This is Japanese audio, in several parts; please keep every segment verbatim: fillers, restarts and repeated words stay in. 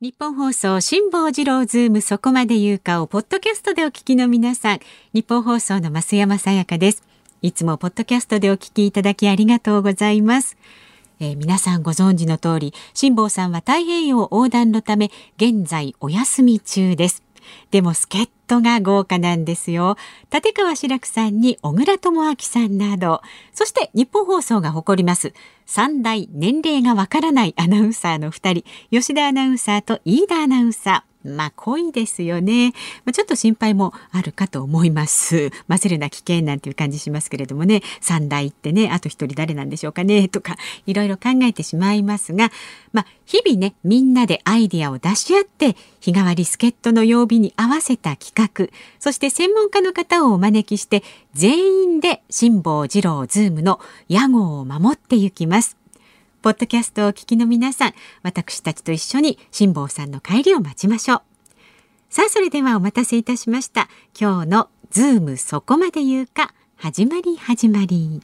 日本放送辛坊治郎ズームそこまで言うかをポッドキャストでお聞きの皆さん、日本放送の増山さやかです。いつもポッドキャストでお聞きいただきありがとうございます。えー、皆さんご存知の通り、辛坊さんは太平洋横断のため現在お休み中です。でも助っ人が豪華なんですよ。立川志らくさんに小倉智昭さんなど、そして日本放送が誇ります三大年齢がわからないアナウンサーのふたり、吉田アナウンサーと飯田アナウンサー。まあ濃いですよね。まあ、ちょっと心配もあるかと思います。混ぜるな危険なんていう感じしますけれどもね、三大ってね、あと一人誰なんでしょうかねとかいろいろ考えてしまいますが、まあ日々ね、みんなでアイディアを出し合って日替わり助っ人の曜日に合わせた企画、そして専門家の方をお招きして全員で辛坊治郎ズームの屋号を守っていきます。ポッドキャストをお聞きの皆さん、私たちと一緒に辛坊さんの帰りを待ちましょう。さあ、それではお待たせいたしました。今日のズームそこまで言うか、始まり始まり。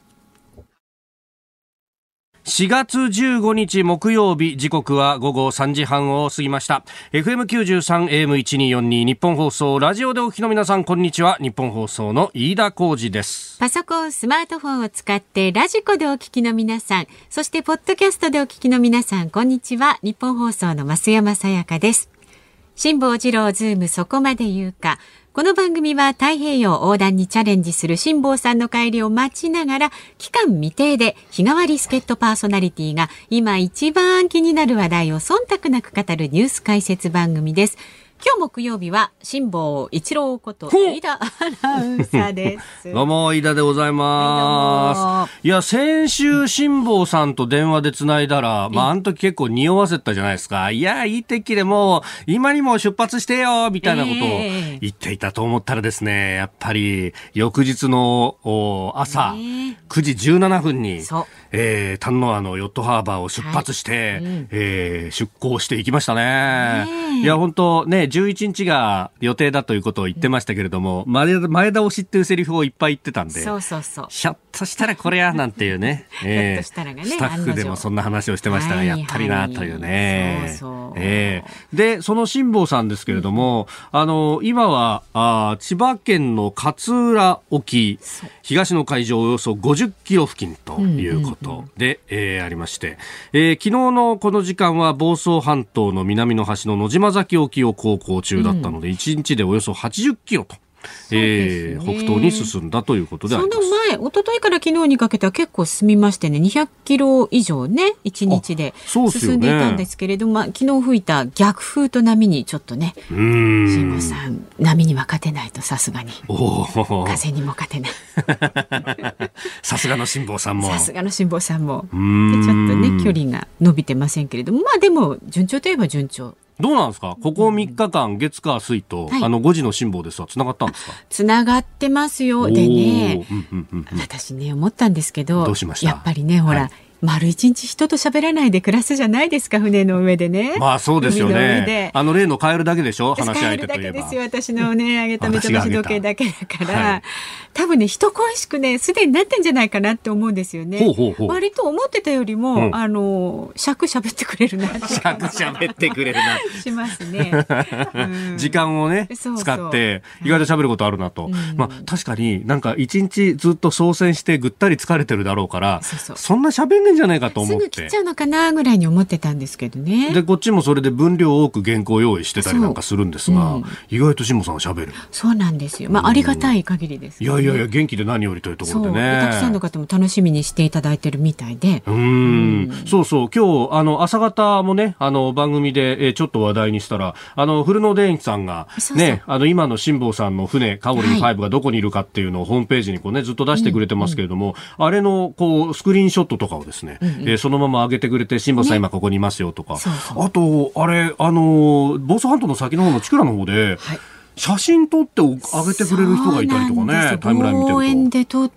しがつじゅうごにち木曜日、時刻は午後さんじはんを過ぎました。 エフエムきゅうじゅうさん エーエムせんにひゃくよんじゅうに 日本放送、ラジオでお聞きの皆さん、こんにちは。日本放送の飯田浩司です。 パソコン、スマートフォンを使ってラジコでお聞きの皆さん、そしてポッドキャストでお聞きの皆さん、こんにちは。日本放送の増山さやかです。辛坊治郎ズームそこまで言うか。この番組は太平洋横断にチャレンジする辛坊さんの帰りを待ちながら、期間未定で日替わり助っ人パーソナリティが今一番気になる話題を忖度なく語るニュース解説番組です。今日木曜日は辛坊一郎こと飯田アナウンサーです。 どうも飯田でございます。いや、先週辛坊さんと電話でつないだら、まああの時結構匂わせたじゃないですか。いや、いい天気でもう今にも出発してよみたいなことを言っていたと思ったらですね、やっぱり翌日の朝くじじゅうななふんに、えー、丹野湾のヨットハーバーを出発して、はい、うん、えー、出港していきましたね。いや、本当ね、じゅういちにちが予定だということを言ってましたけれども、うん、前, 前倒しっていうセリフをいっぱい言ってたんで、 そうそうそう、 ひょっとしたらこれやなんていうね、えー、 ひょっとしたらがね、 スタッフでもそんな話をしてましたが、はい、やっぱりなというね、はい、そうそう、えー、でその辛坊さんですけれども、うん、あの今はあ千葉県の勝浦沖東の海上およそごじゅっキロ付近ということで、うんうんうん、えー、ありまして、えー、昨日のこの時間は房総半島の南の端の野島崎沖を航行中だったので、うん、いちにちでおよそはちじゅっキロと、えー、北東に進んだということであります。 その前、一昨日から昨日にかけては結構進みましてね、にひゃくキロ以上ね、いちにちで進んでいたんですけれども、まあ、昨日吹いた逆風と波にちょっとね、辛坊さん、波には勝てないと、さすがに風にも勝てないさすがの辛坊さんもさすがの辛坊さんもでちょっとね、距離が伸びてませんけれども、まあでも順調といえば順調。どうなんですか、ここみっかかん、月火水と、はい、あのごじの辛坊ですわ、つながったんですか？ つながってますよ。でね、うんうんうんうん、私ね思ったんですけど、 どうしました？ やっぱりね、ほら、はい、丸一日人と喋らないで暮らすじゃないですか、船の上でね。 まあそうですよね。あの例のカエルだけでしょ、話し相手といえば。カエルだけですよ、私のねあげた目覚まし時計だけだから、はい、多分ね人恋しくねすでになってんじゃないかなって思うんですよね。ほうほうほう、割と思ってたよりも、うん、あの尺喋ってくれるなって尺喋ってくれるなしますね、 うん、時間をねそうそう使って意外と喋ることあるなと、うん、まあ確かになんか一日ずっと操船してぐったり疲れてるだろうから、そうそう、そんな喋んねんじゃないかと思って、 すぐ切っちゃうのかなぐらいに思ってたんですけどね。 でこっちもそれで分量多く原稿用意してたりなんかするんですが、うん、意外と辛坊さんは喋る。 そうなんですよ、まあ、ありがたい限りです、ね、 いやいやいや、元気で何よりというところでね、 たくさんの方も楽しみにしていただいてるみたいで、 うーん、うん、そうそう、今日あの朝方もね、あの番組で、えー、ちょっと話題にしたら、あの古野電機さんがね、そうそう、あの今の辛坊さんの船カオリンファイブがどこにいるかっていうのをホームページにこう、ね、ずっと出してくれてますけれども、うんうん、あれのこうスクリーンショットとかをですね、うんうん、えー、そのまま上げてくれて、辛坊さん、ね、今ここにいますよとか、そうそう、あとあれ、あの房総半島の先の方の千倉の方で、はい、写真撮って上げてくれる人がいたりとかね、タイムライン見てると望遠で撮って、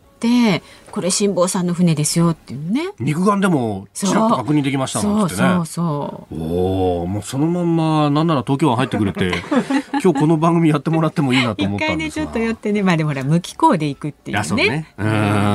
これ辛坊さんの船ですよっていうね、 肉眼でもちらっと確認できましたなんてね。 そうそうそう、 おお、もうそのまんまなんなら東京湾入ってくれて今日この番組やってもらってもいいなと思ったんですが、 一回ねちょっと寄ってね、まあでもほら無機構で行くっていうね。 いやそうね、うん、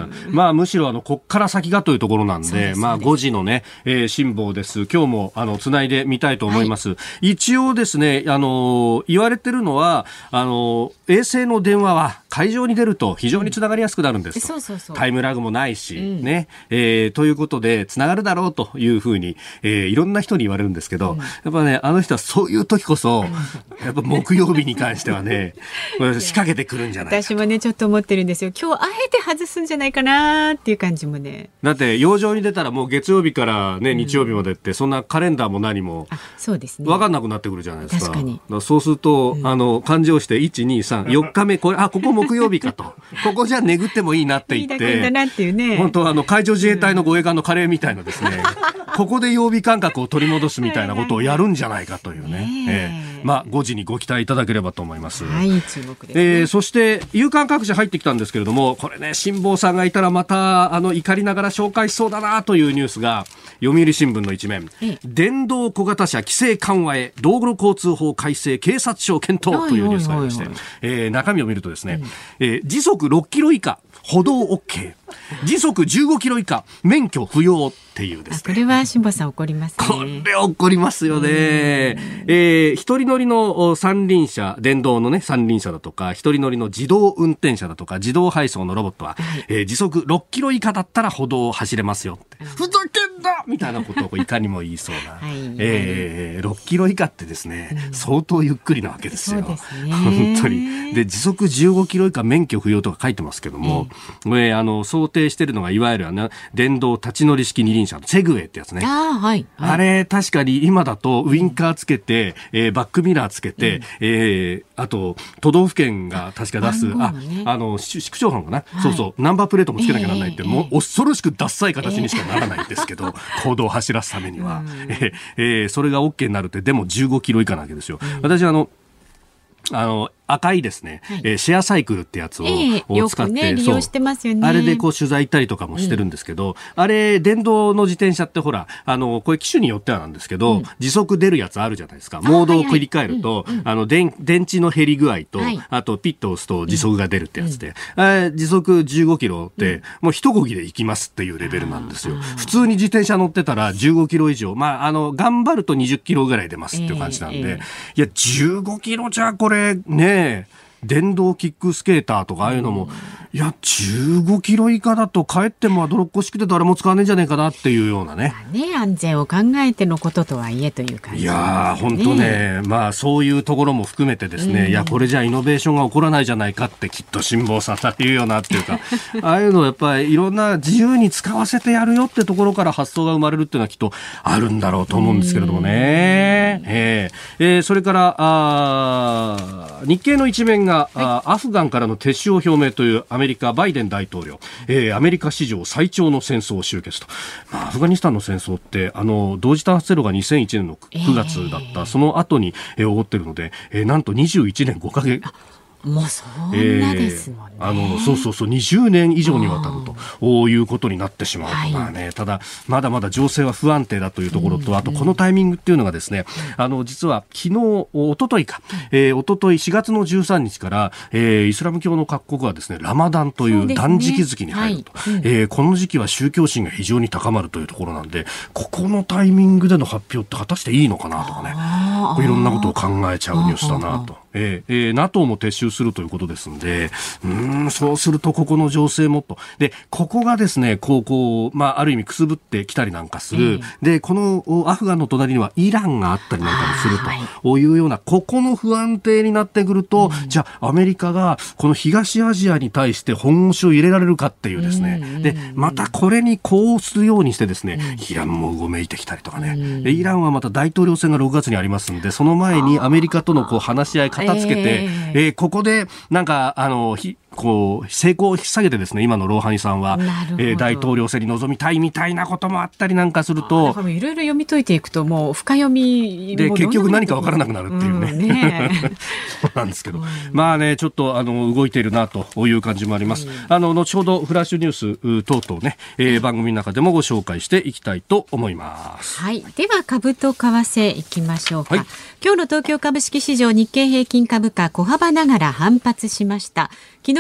まあ、むしろあのこっから先がというところなんで、まあ、ごじのね、えー、辛抱です。今日もあのつないでみたいと思います、はい、一応ですね、あの言われてるのはあの衛星の電話は海上に出ると非常につながりやすくなるんですと、うん、そうそうそう、タイムラグもないし、うんねえー、ということでつながるだろうというふうに、えー、いろんな人に言われるんですけど、うん、やっぱね、あの人はそういう時こそやっぱ木曜日に関してはね仕掛けてくるんじゃないかと。 私もねちょっと思ってるんですよ。今日あえて外すんじゃないかなっていう感じもね。 だって洋上に出たらもう月曜日から、ね、日曜日までって、うん、そんなカレンダーも何も分かんなくなってくるじゃないですか。 確かに。 だからそうすると、うん、あの勘定していち、に、さん、よっかめこれあここ木曜日かとここじゃ巡ってもいいなって言っていいだなっていうね、本当あの海上自衛隊の護衛艦のカレーみたいなですね、うん、ここで曜日感覚を取り戻すみたいなことをやるんじゃないかというね、えー、まあごじにご期待いただければと思います。 はい、注目ですね。 えー、そして夕刊各紙入ってきたんですけれども、これね辛坊さんがいたらまたあの怒りながら紹介しそうだなというニュースが読売新聞の一面、電動小型車規制緩和へ道路交通法改正警察庁検討というニュースがありまして、えー、中身を見るとですね、うんえー、時速ろっキロ以下歩道 OK、 時速じゅうごキロ以下免許不要っていうですね。 これは辛坊さん怒りますね。 これ怒りますよね。えー、一人乗りの三輪車、電動のね三輪車だとか一人乗りの自動運転車だとか自動配送のロボットは、はいえー、時速ろっキロ以下だったら歩道を走れますよって、うん、ふざけんなみたいなことをいかにも言いそうな、はいえー、ろっキロ以下ってですね、うん、相当ゆっくりなわけですよ。そうですね、本当に。で時速じゅうごキロ以下免許不要とか書いてますけども、うん、あの想定しているのがいわゆるあの電動立ち乗り式二輪車のセグウェイってやつね。あ、はいはい、あれ確かに今だとウインカーつけて、えー、バックミラーつけて、うんえー、あと都道府県が確か出す あ, あ,、ね、あの市区長班かな、はい、そうそうナンバープレートもつけなきゃならないって、えー、もう恐ろしくダッサい形にしかならないんですけど、えー、行動を走らすためには、うんえーえー、それが OK になるってでもじゅうごキロ以下なわけですよ、うん、私あのあの赤いですね、はいえー、シェアサイクルってやつを、えー、を使って、ね、利用してますよね。あれでこう取材行ったりとかもしてるんですけど、うん、あれ電動の自転車ってほらあのこれ機種によってはなんですけど、うん、時速出るやつあるじゃないですか。モードを切り替えると、はいはい、あの 電, 電池の減り具合と、はい、あとピッと押すと時速が出るってやつで、うん、時速じゅうごキロって、うん、もう一漕ぎで行きますっていうレベルなんですよ。普通に自転車乗ってたらじゅうごキロ以上、まあ、あの頑張るとにじゅっキロぐらい出ますっていう感じなんで、えーえー、いやじゅうごキロじゃこれね電動キックスケーターとかああいうのも、うん、いやじゅうごキロ以下だと帰っても泥っこしくて誰も使わねえんじゃねえかなっていうようなね、まあ、ね安全を考えてのこととはいえという感じ、ね、いや本当ね、まあそういうところも含めてですね、うん、いやこれじゃイノベーションが起こらないじゃないかってきっと辛坊さんが言うよなっていうかああいうのやっぱりいろんな自由に使わせてやるよってところから発想が生まれるっていうのはきっとあるんだろうと思うんですけれどもね、えーえー、それからあ日経の一面が、はい、アフガンからの撤収を表明というアメリカバイデン大統領、えー、アメリカ史上最長の戦争を終結と、まあ、アフガニスタンの戦争ってあの同時多発テロがにせんいちねんのくがつだった、えー、その後に、えー、起こっているので、えー、なんとにじゅういちねんごかげつもうそんなですもんね、 えー、あのそうそうそうにじゅうねん以上にわたるということになってしまうと、はいまあね、ただまだまだ情勢は不安定だというところと、うん、あとこのタイミングっていうのがですね、うん、あの実は昨日おとといか、えー、おとといしがつのじゅうさんにちから、えー、イスラム教の各国はですねラマダンという断食月に入ると、はいうんえー、この時期は宗教心が非常に高まるというところなんでここのタイミングでの発表って果たしていいのかなとかねいろんなことを考えちゃうニュースだなと。えーえー、ナトー も撤収するということですのでうーんそうするとここの情勢もっとでここがですねこうこう、まあ、ある意味くすぶってきたりなんかする、えー、でこのアフガンの隣にはイランがあったりなんかもするというようなここの不安定になってくると、うん、じゃあアメリカがこの東アジアに対して本腰を入れられるかっていうですね、うん、でまたこれにこうするようにしてですね、うん、イランもうごめいてきたりとかね、うん、でイランはまた大統領選がろくがつにありますんでその前にアメリカとのこう話し合い片付けて、えーえー、ここでなんかあのひこう成功を引き下げてですね今のローハニさんは、えー、大統領選に臨みたいみたいなこともあったりなんかするといろいろ読み解いていくともう深読みで結局何か分からなくなるっていうね、うんねそうなんですけど、うん、まあねちょっとあの動いているなという感じもあります、うん、あの後ほどフラッシュニュース等々ね、えー、番組の中でもご紹介していきたいと思います、 はい、では株と為替いきましょうか、はい、今日の東京株式市場日経平均株価小幅ながら反発しました。昨日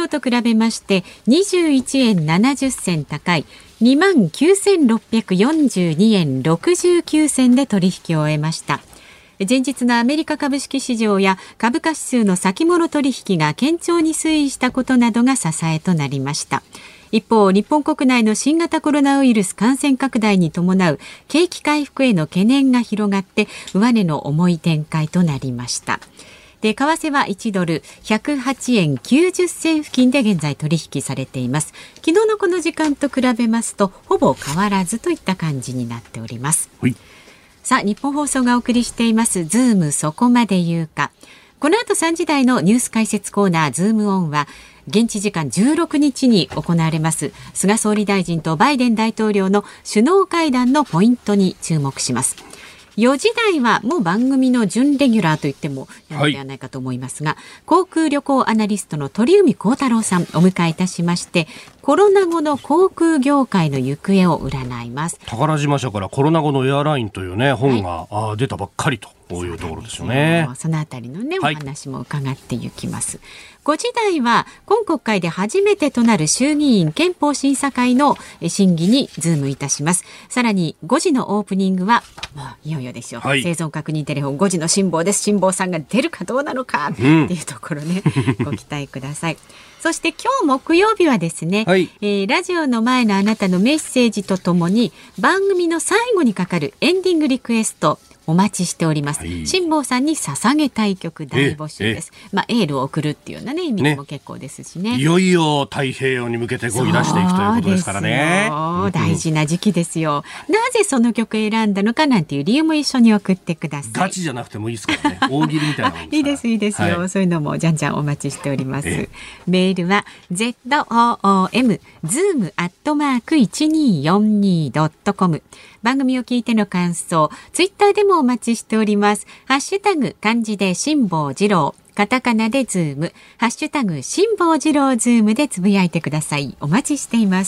と比べましてにじゅういちえんななじゅっせん高い にまんきゅうせんろっぴゃくよんじゅうにえんろくじゅうきゅうせんで取引を終えました。前日のアメリカ株式市場や株価指数の先物取引が堅調に推移したことなどが支えとなりました。一方、日本国内の新型コロナウイルス感染拡大に伴う景気回復への懸念が広がって上値の重い展開となりました。で、為替はいちドルひゃくはちえんきゅうじゅっせん付近で現在取引されています。昨日のこの時間と比べますとほぼ変わらずといった感じになっております。はい、さあ、日本放送がお送りしていますズームそこまで言うか。この後さんじ台のニュース解説コーナーズームオンは現地時間じゅうろくにちに行われます菅総理大臣とバイデン大統領の首脳会談のポイントに注目します。よじ台はもう番組の準レギュラーと言ってもいいのではないかと思いますが、はい、航空旅行アナリストの鳥海高太郎さんお迎えいたしましてコロナ後の航空業界の行方を占います。 宝島社からコロナ後のエアラインというね本が、はい、あ出たばっかりとこういうところですよね。 そのあたりのねお話も伺っていきます。はい、ごじ台は今国会で初めてとなる衆議院憲法審査会の審議にズームいたします。さらにごじのオープニングは、まあ、いよいよですよ、はい、生存確認テレフォンごじの辛坊です。辛坊さんが出るかどうなのかっていうところね、うん、ご期待ください。そして今日木曜日はですね、はい、えー、ラジオの前のあなたのメッセージとともに番組の最後にかかるエンディングリクエストお待ちしております。辛坊さんに捧げたい曲大募集です。まあ、エールを送るっていうような、ね、意味でも結構ですしね。 いよいよ太平洋に向けて動き出していくということですからね。 大事な時期ですよ。なぜその曲選んだのかなんていう理由も一緒に送ってください。 ガチじゃなくてもいいですからね。大喜利みたいなもんですから。 いいですいいですよ、はい、そういうのもじゃんじゃんお待ちしております。メールは ズーム ズーム アットマーク いちにーよんにー ドットコム 番組を聞いての感想ツイッターでもお待ちしております。ハッシュタグ漢字で辛坊治郎、カタカナでズーム、ハッシュタグ辛坊治郎ズームでつぶやいてください。お待ちしています。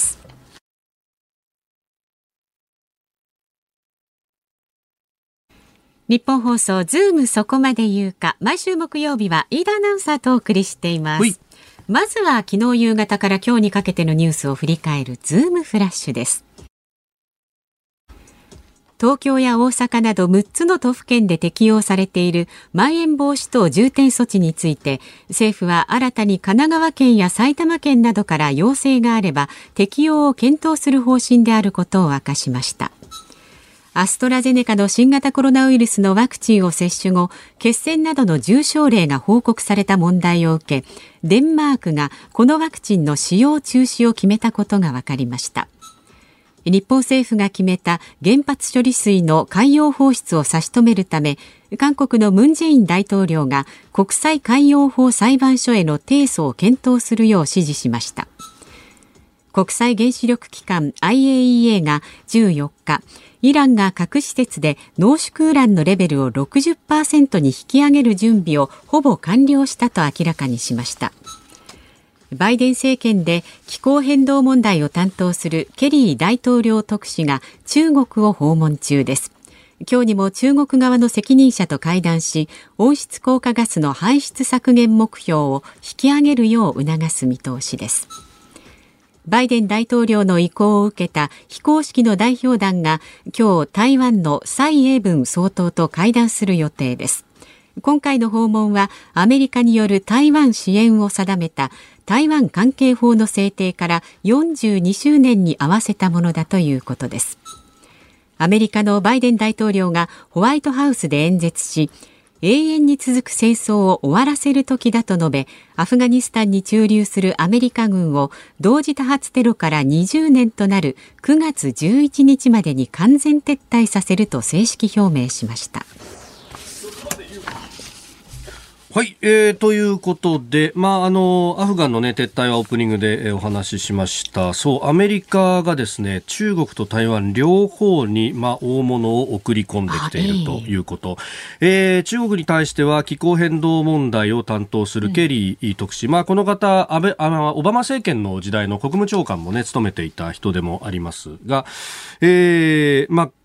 日本放送ズームそこまで言うか、毎週木曜日は飯田アナウンサーとお送りしています。まずは昨日夕方から今日にかけてのニュースを振り返るズームフラッシュです。東京や大阪などむっつの都府県で適用されているまん延防止等重点措置について、政府は新たに神奈川県や埼玉県などから要請があれば適用を検討する方針であることを明かしました。アストラゼネカの新型コロナウイルスのワクチンを接種後、血栓などの重症例が報告された問題を受け、デンマークがこのワクチンの使用中止を決めたことが分かりました。日本政府が決めた原発処理水の海洋放出を差し止めるため、韓国のムン・ジェイン大統領が国際海洋法裁判所への提訴を検討するよう指示しました。国際原子力機関 アイエーイーエー がじゅうよっか、イランが核施設で濃縮ウランのレベルを ろくじゅっパーセント に引き上げる準備をほぼ完了したと明らかにしました。バイデン政権で気候変動問題を担当するケリー大統領特使が中国を訪問中です。今日にも中国側の責任者と会談し、温室効果ガスの排出削減目標を引き上げるよう促す見通しです。バイデン大統領の意向を受けた非公式の代表団が今日台湾の蔡英文総統と会談する予定です。今回の訪問はアメリカによる台湾支援を定めた台湾関係法の制定からよんじゅうにしゅうねんに合わせたものだということです。アメリカのバイデン大統領がホワイトハウスで演説し、永遠に続く戦争を終わらせる時だと述べ、アフガニスタンに駐留するアメリカ軍を同時多発テロからにじゅうねんとなるくがつじゅういちにちまでに完全撤退させると正式表明しました。 はい、えー、ということで、まあ、あの、アフガンのね、撤退はオープニングで、えー、お話ししました。そう、アメリカがですね、中国と台湾両方に、まあ、大物を送り込んできているということ。えー、中国に対しては気候変動問題を担当するケリー特使。うん、まあ、この方、安倍、あの、オバマ政権の時代の国務長官もね、務めていた人でもありますが、えー、まあ、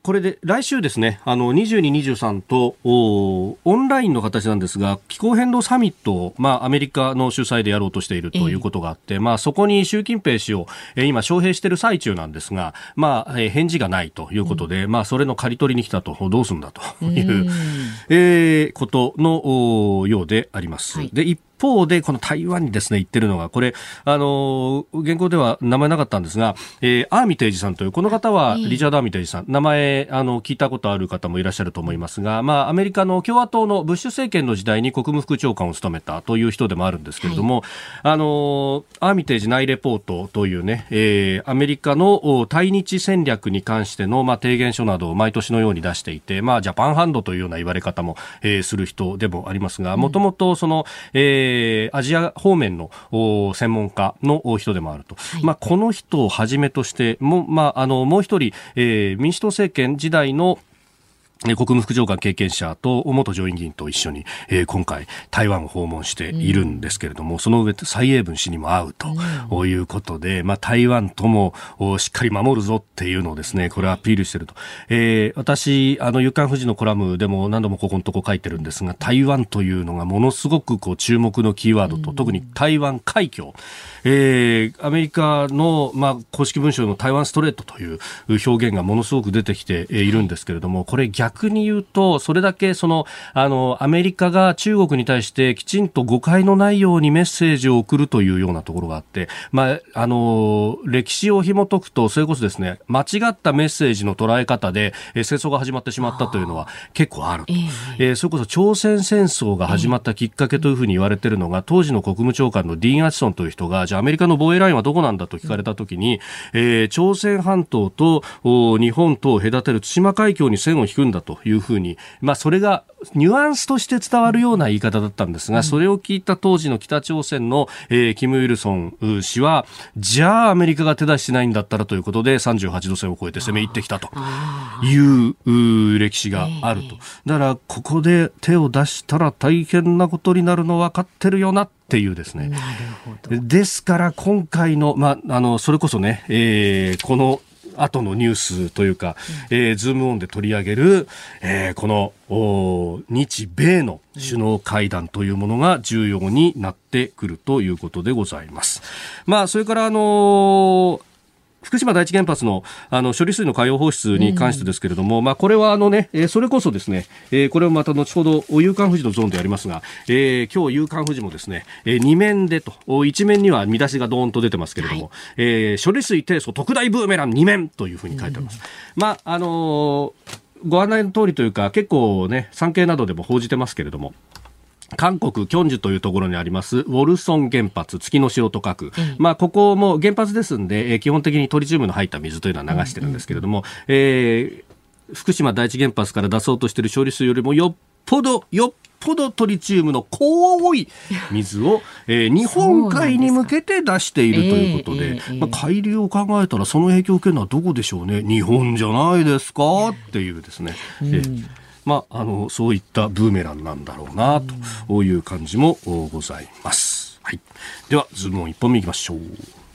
これで来週ですね、あのにじゅうに、にじゅうさんとオンラインの形なんですが、気候変動サミットを、まあ、アメリカの主催でやろうとしているということがあって、えーまあ、そこに習近平氏を、えー、今招聘している最中なんですが、まあえー、返事がないということで、うんまあ、それの刈り取りに来たと、どうするんだという、うんえー、ことのようであります。はい、で一一方でこの台湾にですね言ってるのがこれあの原稿では名前なかったんですが、えー、アーミテージさんというこの方はリチャード・アーミテージさん、名前あの聞いたことある方もいらっしゃると思いますが、まあ、アメリカの共和党のブッシュ政権の時代に国務副長官を務めたという人でもあるんですけれども、はい、あのアーミテージ内レポートというね、えー、アメリカの対日戦略に関しての、まあ、提言書などを毎年のように出していて、まあ、ジャパンハンドというような言われ方も、えー、する人でもありますが、もともとその、えー、アジア方面の専門家の人でもあると、はいまあ、この人をはじめとしても、まあ、あのもう一人、えー、民主党政権時代の国務副長官経験者と元上院議員と一緒に、えー、今回台湾を訪問しているんですけれども、うん、その上蔡英文氏にも会うということで、まあ、台湾ともしっかり守るぞっていうのをですねこれアピールしていると、えー、私あの夕刊フジのコラムでも何度もここのとこ書いてるんですが、台湾というのがものすごくこう注目のキーワードと、うん、特に台湾海峡、えー、アメリカの、まあ、公式文書の台湾ストレートという表現がものすごく出てきているんですけれども、これ逆逆に言うとそれだけそのあのアメリカが中国に対してきちんと誤解のないようにメッセージを送るというようなところがあって、まあ、あの歴史を紐解くとそれこそですね間違ったメッセージの捉え方でえ戦争が始まってしまったというのは結構あると、えーえー、それこそ朝鮮戦争が始まったきっかけというふうに言われているのが、当時の国務長官のディーン・アチソンという人がじゃあアメリカの防衛ラインはどこなんだと聞かれたときに、えー、朝鮮半島と日本とを隔てる対馬海峡に線を引くんだというふうに、まあ、それがニュアンスとして伝わるような言い方だったんですが、それを聞いた当時の北朝鮮の、えー、キム・イルソン氏はじゃあアメリカが手出してないんだったらということでさんじゅうはちど線を越えて攻め入ってきたという歴史があると。だからここで手を出したら大変なことになるの分かってるよなっていうですね。ですから今回の、まあ、あのそれこそね、えー、この後のニュースというか、うんえー、ズームオンで取り上げる、えー、この日米の首脳会談というものが重要になってくるということでございます。まあ、それからあのー福島第一原発 の, あの処理水の海洋放出に関してですけれども、うんまあ、これはあの、ね、それこそですね、えー、これをまた後ほど夕刊フジのゾーンでやりますが、えー、今日夕刊フジもですね、えー、に面でと一面には見出しがドーンと出てますけれども、はいえー、処理水提訴特大ブーメランに面というふうに書いてあります。うんまああのー、ご案内の通りというか結構ね産経などでも報じてますけれども、韓国キョンジュというところにありますウォルソン原発、月の城と書く、うんまあ、ここも原発ですんで、えー、基本的にトリチウムの入った水というのは流してるんですけれども、うんうんえー、福島第一原発から出そうとしている処理水よりもよっぽどよっぽどトリチウムの濃い水を、えー、日本海に向けて出しているということで、えーえーまあ、海流を考えたらその影響を受けるのはどこでしょうね。日本じゃないですかっていうですね、うんえーまあ、あのそういったブーメランなんだろうなという感じもございます、はい、ではズームオン一本目いきましょう。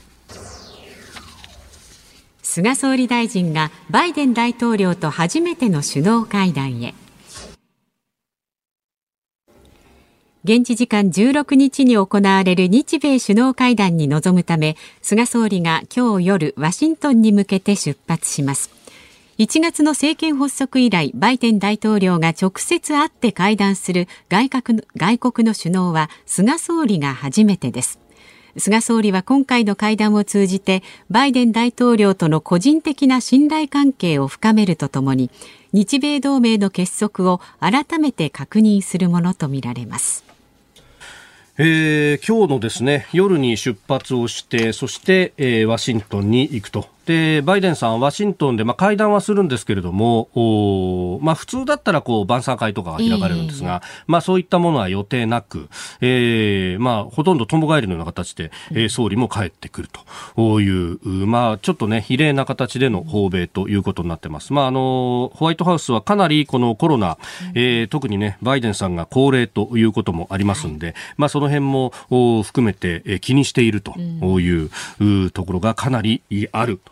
菅総理大臣がバイデン大統領と初めての首脳会談へ。現地時間じゅうろくにちに行われる日米首脳会談に臨むため、菅総理が今日夜ワシントンに向けて出発します。いちがつの政権発足以来、バイデン大統領が直接会って会談する外国の、外国の首脳は菅総理が初めてです。菅総理は今回の会談を通じて、バイデン大統領との個人的な信頼関係を深めるとともに、日米同盟の結束を改めて確認するものとみられます。 えー、今日のですね夜に出発をして、そして、えー、ワシントンに行くと。でバイデンさんはワシントンで、まあ、会談はするんですけれども、お、まあ、普通だったらこう晩餐会とかが開かれるんですが、えーまあ、そういったものは予定なく、えーまあ、ほとんど友帰りのような形で、えー、総理も帰ってくるという、まあ、ちょっとね異例な形での訪米ということになってます。まあ、あのホワイトハウスはかなりこのコロナ、えー、特にねバイデンさんが高齢ということもありますんで、まあ、その辺も含めて気にしているというところがかなりあると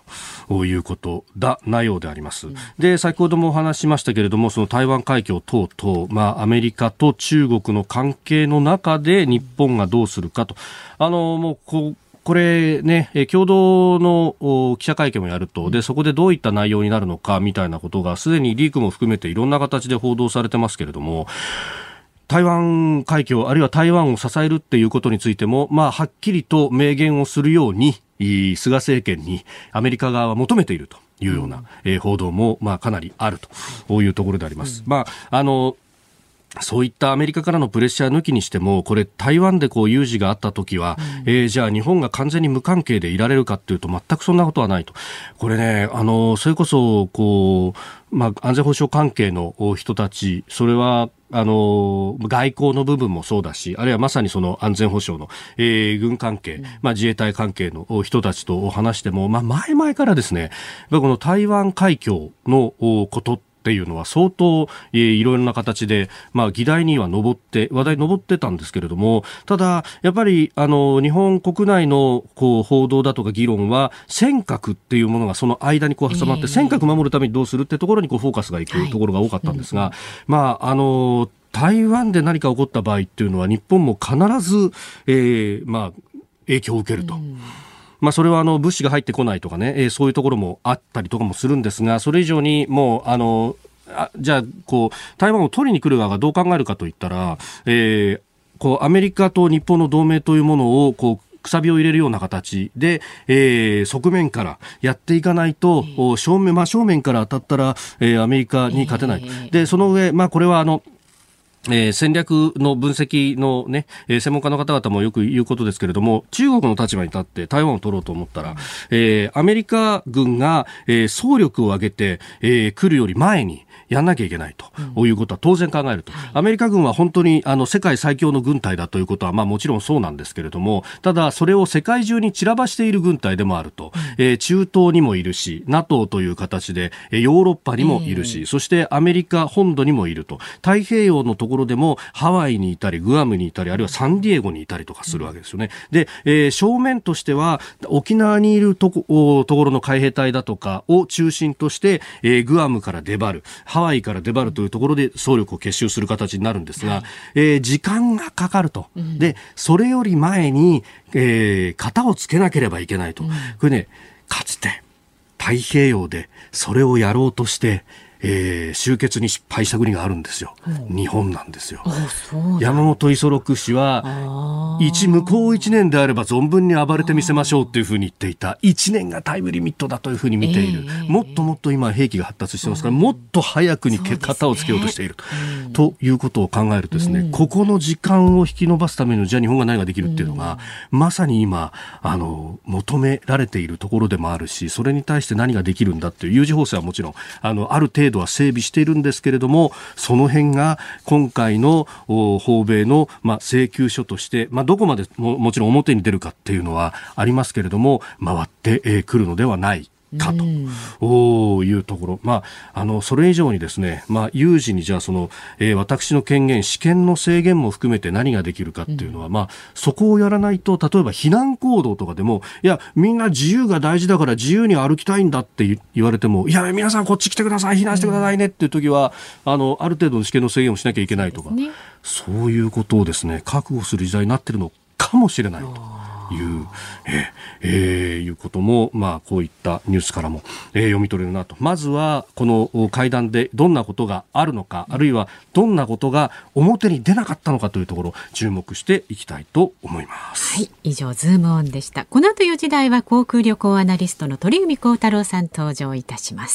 ということだなようであります。うん、で、先ほどもお話ししましたけれども、その台湾海峡等々、まあ、アメリカと中国の関係の中で日本がどうするかと、あの、もうこう、これね、共同の記者会見をやると、で、そこでどういった内容になるのかみたいなことがすでにリークも含めていろんな形で報道されてますけれども、台湾海峡あるいは台湾を支えるっていうことについても、まあ、はっきりと明言をするように菅政権にアメリカ側は求めているというような、うんえー、報道も、まあ、かなりあるというところであります。うん、まあ、あのそういったアメリカからのプレッシャー抜きにしても、これ台湾でこう有事があった時は、うんえー、じゃあ日本が完全に無関係でいられるかっていうと全くそんなことはないと。これね、あのそれこそこう、まあ、安全保障関係の人たち、それはあの外交の部分もそうだし、あるいはまさにその安全保障の、えー、軍関係、まあ、自衛隊関係の人たちと話しても、まあ、前々からですね、この台湾海峡のことっていうのは相当、えー、いろいろな形で、まあ、議題には上って、話題に上ってたんですけれども、ただ、やっぱり、あの、日本国内の、こう、報道だとか議論は、尖閣っていうものがその間にこう挟まって、えー、尖閣守るためにどうするってところにこう、フォーカスがいくところが多かったんですが、はい、まあ、あの、台湾で何か起こった場合っていうのは、日本も必ず、えー、まあ、影響を受けると。うんまあ、それはあの物資が入ってこないとかね、えー、そういうところもあったりとかもするんですが、それ以上にもうあのあじゃあこう台湾を取りに来る側がどう考えるかといったら、えー、こうアメリカと日本の同盟というものをこうくさびを入れるような形で、えー、側面からやっていかないと、えー、正面、真正面から当たったら、えー、アメリカに勝てない、えー、でその上、まあ、これはあのえー、戦略の分析のね、えー、専門家の方々もよく言うことですけれども、中国の立場に立って台湾を取ろうと思ったら、えー、アメリカ軍が、えー、総力を挙げて、えー、来るより前にやんなきゃいけないということは当然考えると、うん、アメリカ軍は本当にあの世界最強の軍隊だということはまあもちろんそうなんですけれども、ただそれを世界中に散らばしている軍隊でもあると、うんえー、中東にもいるし NATO という形でヨーロッパにもいるし、えー、そしてアメリカ本土にもいると、太平洋のところでもハワイにいたりグアムにいたりあるいはサンディエゴにいたりとかするわけですよね。で、えー、正面としては沖縄にいると こ, ところの海兵隊だとかを中心として、えー、グアムから出張るハワイから出張るというところで総力を結集する形になるんですが、はいえー、時間がかかると、うん、でそれより前に、えー、型をつけなければいけないと、うん、これねかつて太平洋でそれをやろうとしてえー、終結に失敗した国があるんですよ、うん、日本なんですよ。山本五十六氏は一向こういちねんであれば存分に暴れてみせましょうというふうに言っていた。いちねんがタイムリミットだというふうに見ている、えー、もっともっと今兵器が発達してますから、うん、もっと早くに型をつけようとしていると、うん、ということを考えるとですね、うん、ここの時間を引き延ばすためにじゃあ日本が何ができるっていうのが、うん、まさに今あの求められているところでもあるし、それに対して何ができるんだっていう有事法制はもちろんあのある程度は整備しているんですけれども、その辺が今回の訪米の、まあ、請求書として、まあ、どこまで も, もちろん表に出るかっていうのはありますけれども、回ってく、えー、るのではないかというところ、まあ、あのそれ以上にですね、まあ、有事にじゃあその、えー、私の権限、私権の制限も含めて何ができるかっていうのは、うんまあ、そこをやらないと、例えば避難行動とかでも、いやみんな自由が大事だから自由に歩きたいんだって言われても、いや皆さんこっち来てください、避難してくださいねっていう時は、うん、あのある程度の私権の制限をしなきゃいけないとか、そうですね、そういうことをですね覚悟する時代になっているのかもしれないという、えーえー、いうことも、まあ、こういったニュースからも、えー、読み取れるなと。まずはこの会談でどんなことがあるのか、あるいはどんなことが表に出なかったのかというところ注目していきたいと思います。 はい、以上ズームオンでした。この後よじ台は航空旅行アナリストの鳥海高太朗さん登場いたします。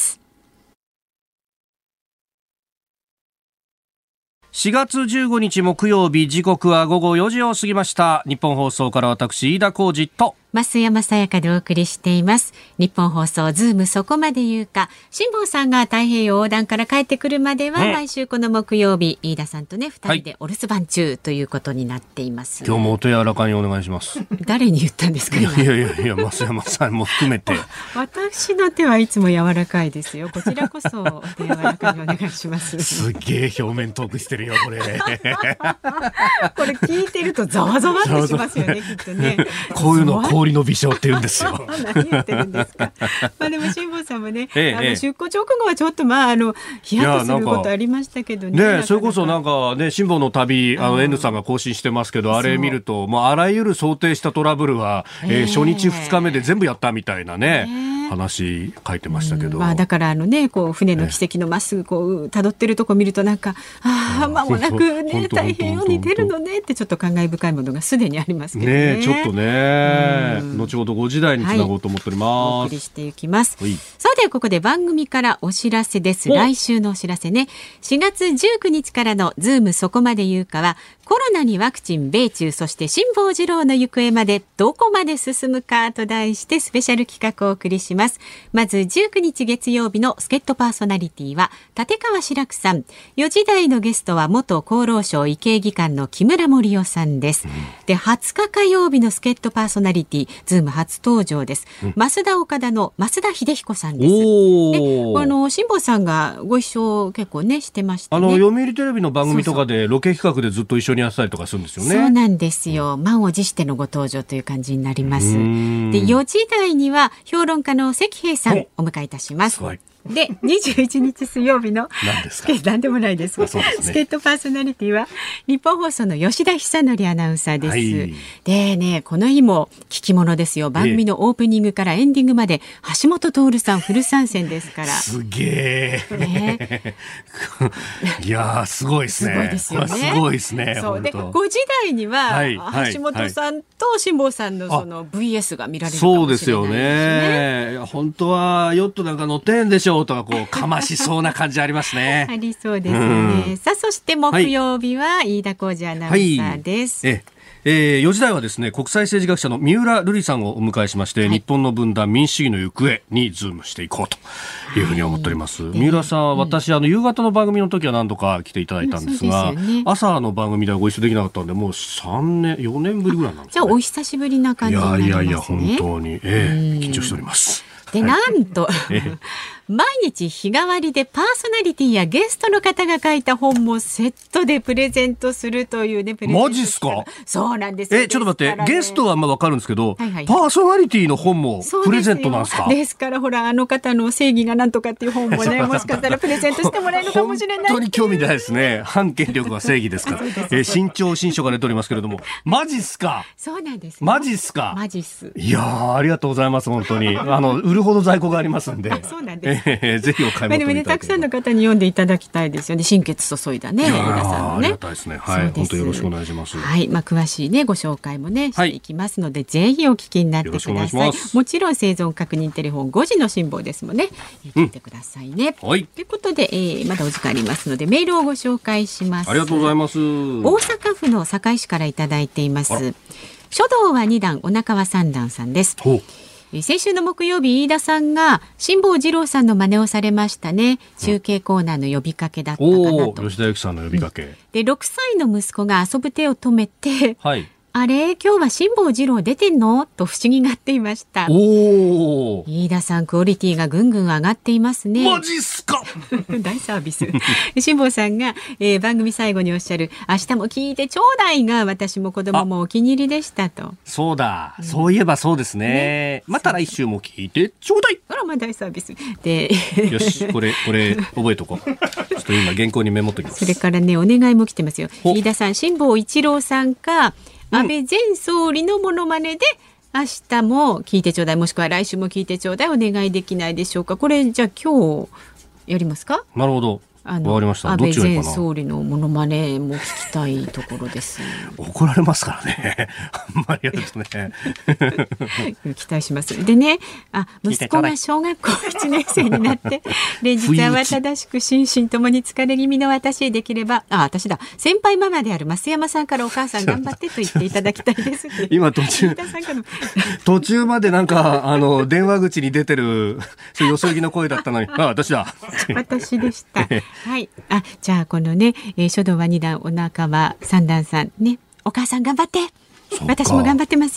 しがつじゅうごにち木曜日、時刻は午後よじを過ぎました。日本放送から私飯田浩司と増山さやかでお送りしています。日本放送ズームそこまで言うか、辛坊さんが太平洋横断から帰ってくるまでは、毎週この木曜日飯田さんとねふたりでお留守番中ということになっています、 はい、今日もお手柔らかにお願いします。 誰に言ったんですか？いやいやいやいや増山さんも含めて私の手はいつも柔らかいですよ。こちらこそお手柔らかにお願いします。 すげえ表面トークしてるよこれこれ聞いてるとざわざわってしますよねきっとね。 こういうの効りの微笑って言うんですよ。 何言ってるんですか。まあでも辛坊さんもね、 ええ、 あの出庫直後はちょっとまああのヒヤッとすることありましたけど ね, ねそれこそなんかね辛坊の旅あの N さんが更新してますけど、あれ見るともうあらゆる想定したトラブルは、えー、初日ふつかめで全部やったみたいなね、えー、話書いてましたけど、 まあ、だからあのねこう船の軌跡のまっすぐこう辿ってるとこ見るとなんかああ間もなくね太平洋に出るのねってちょっと感慨深いものがすでにありますけど ね, ねちょっとね後ほどごじ台につなごうと思っております、はい、 お送りしていきます。さてここで番組からお知らせです。来週のお知らせね、しがつじゅうくにちからのズームそこまで言うかはコロナにワクチン米中そして辛坊治郎の行方までどこまで進むかと題してスペシャル企画をお送りします。まずじゅうくにち月曜日の助っ人パーソナリティは立川志らくさん、よじ台のゲストは元厚労省医系技官の木村盛夫さんです、うん、ではつか火曜日の助っ人パーソナリティズーム初登場です、うん、増田岡田の増田秀彦さんです。であの辛坊さんがご一緒結構ねしてましたね。 あの読売テレビの番組とかでロケ企画でずっと一緒にやってたりとかするんですよね。 そうなんですよ、満を持してのご登場という感じになります。でよじ台には評論家の関平さんお迎えいたします。でにじゅういちにち水曜日の何ですか。 何でもないです。 そうですね、 助っ人パーソナリティは日本放送の吉田久典アナウンサーです、はい、でねこの日も聞き物ですよ。番組のオープニングからエンディングまで橋本徹さんフル参戦ですから。 すげえ、ね、いやーすごいですね。 すごいですよね。 すごいですね。 そうでごじ台には、はいはい、橋本さんと辛坊さんのその ブイエス が見られるかもしれないですね。 そうですよね。いや本当はヨットなんか乗ってんでしょうとかこうかましそうな感じありますね。 ありそうですね、うん、さあそして木曜日は飯田浩司アナウンサーです、 はいはい、ええー、よじ台はですね国際政治学者の三浦瑠麗さんをお迎えしまして、はい、日本の分断民主主義の行方にズームしていこうというふうに思っております、はい、三浦さんは私、うん、あの夕方の番組の時は何度か来ていただいたんですが、うんですね、朝の番組ではご一緒できなかったのでもうさんねんよねんぶりぐらいなんですかね。 じゃあお久しぶりな感じになりますね。 いやいやいや本当に、えー、緊張しております。 でなんと毎日日替わりでパーソナリティやゲストの方が書いた本もセットでプレゼントするというね。プレゼントマジっすか。 そうなんです。 えちょっと待って、ね、ゲストはまあ分かるんですけど、はいはい、パーソナリティの本もプレゼントなんですか。 ですですからほらあの方の正義がなんとかっていう本もねもしかしたらプレゼントしてもらえるかもしれない。 本当に興味ないですね。反権力は正義ですからえ新潮新書が出ておりますけれどもマジっすか。 そうなんです。 マジっすか。 マジっす。 いやーありがとうございます。本当にあの売るほど在庫がありますんで。 そうなんです、 えー、ぜひお買い求めいただければ。まあ、でもねたくさんの方に読んでいただきたいですよね。心血注いだね皆さんのね。 ありがたいですね。はい、本当よろしくお願いします。 はい、まあ、詳しいねご紹介もねしていきますので、はい、ぜひお聞きになってください。もちろん生存確認テレフォンごじの辛坊ですもんね聞いてくださいね、うん、はい、ということで、えー、まだお時間ありますのでメールをご紹介します。 ありがとうございます。 大阪府の堺市からいただいています。書道はに段お腹はさん段さんです。先週の木曜日飯田さんが辛坊治郎さんの真似をされましたね。中継コーナーの呼びかけだったかなと。 吉田由紀さんの呼びかけ、うん、 でろくさいの息子が遊ぶ手を止めて、 はい、 あれ今日は辛坊治郎出てんのと不思議がっていました。 お飯田さんクオリティがぐんぐん上がっていますね。 マジっすか大サービス辛坊さんが、えー、番組最後におっしゃる明日も聞いてちょうだいが私も子供もお気に入りでしたと。 そうだ、うん、そういえばそうですね、ね、また来週も聞いてちょうだい。 あらまあ大サービスでよしこれこれ覚えとこうちょっと今原稿にメモっときます。 それからねお願いも来てますよ。飯田さん辛坊一郎さんか安倍前総理のモノマネで明日も聞いてちょうだいもしくは来週も聞いてちょうだいお願いできないでしょうか。これじゃあ今日やりますか。 なるほどあのわかりました。 安倍前総理のモノマネも聞きたいところです怒られますからねあんまりやるとね期待します。でねあ息子が小学校いちねん生になって連日慌ただしく心身ともに疲れ気味の私へできればあ私だ先輩ママである増山さんからお母さん頑張ってと言っていただきたいです今途中途中までなんかあの電話口に出てるよそ行きの声だったのにあ私だ私でしたはい、あじゃあこのね、えー、書道はに段お腹はさん段さんねお母さん頑張って私も頑張ってますよ。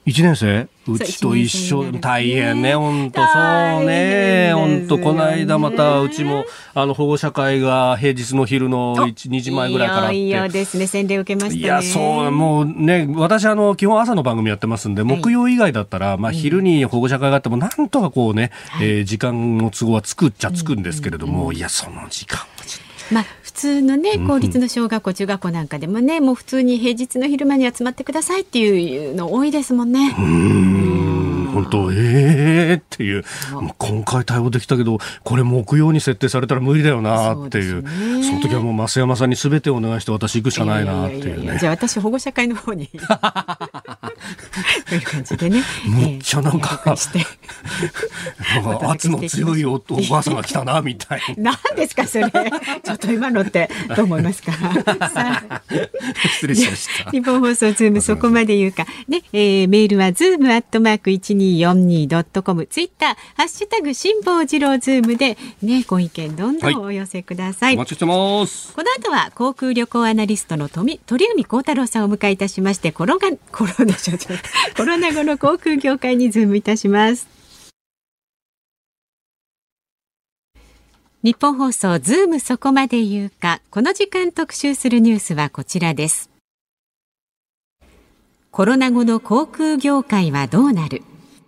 いちねん生うちと一緒大変ね本当そうね本当この間またうちもあの保護者会が平日の昼のいち、にじまえぐらいからあって、 いいよいいよですね洗礼受けましたね。 いやそうもうね私あの基本朝の番組やってますんで、はい、木曜以外だったらまあ昼に保護者会があってもなんとかこうね、はいえー、時間の都合はつくっちゃつくんですけれども、うんうん、いやその時間はちょっとまあ、普通のね公立の小学校、うん、中学校なんかでもねもう普通に平日の昼間に集まってくださいっていうの多いですもんね。 うーん本当えーっていう今回対応できたけどこれ木曜に設定されたら無理だよなっていう そ, う、ね、その時はもう増山さんに全てお願いして私行くしかないなっていうね。いやいやいやいやじゃあ私保護者会の方にという感じでねめっちゃなんか、えー、なんか圧の強い お, おばあさんが来たなみたいな何ですかそれちょっと今のってどう思いますかさあ失礼しました。 日本放送ズームそこまで言うか、ねえー、メールはズームアットマーク いちにーよんにードットコム ツイッターハッシュタグ辛坊治郎ズームで、ね、ご意見どんどんお寄せください、 はい、お待ちしてます。 この後は航空旅行アナリストの鳥海高太郎さんをお迎えいたしましてコロナコロナコロナ後の航空業界にズームいたします。日本放送ズームそこまで言うかこの時間特集するニュースはこちらです。コロナ後の航空業界はどうなる。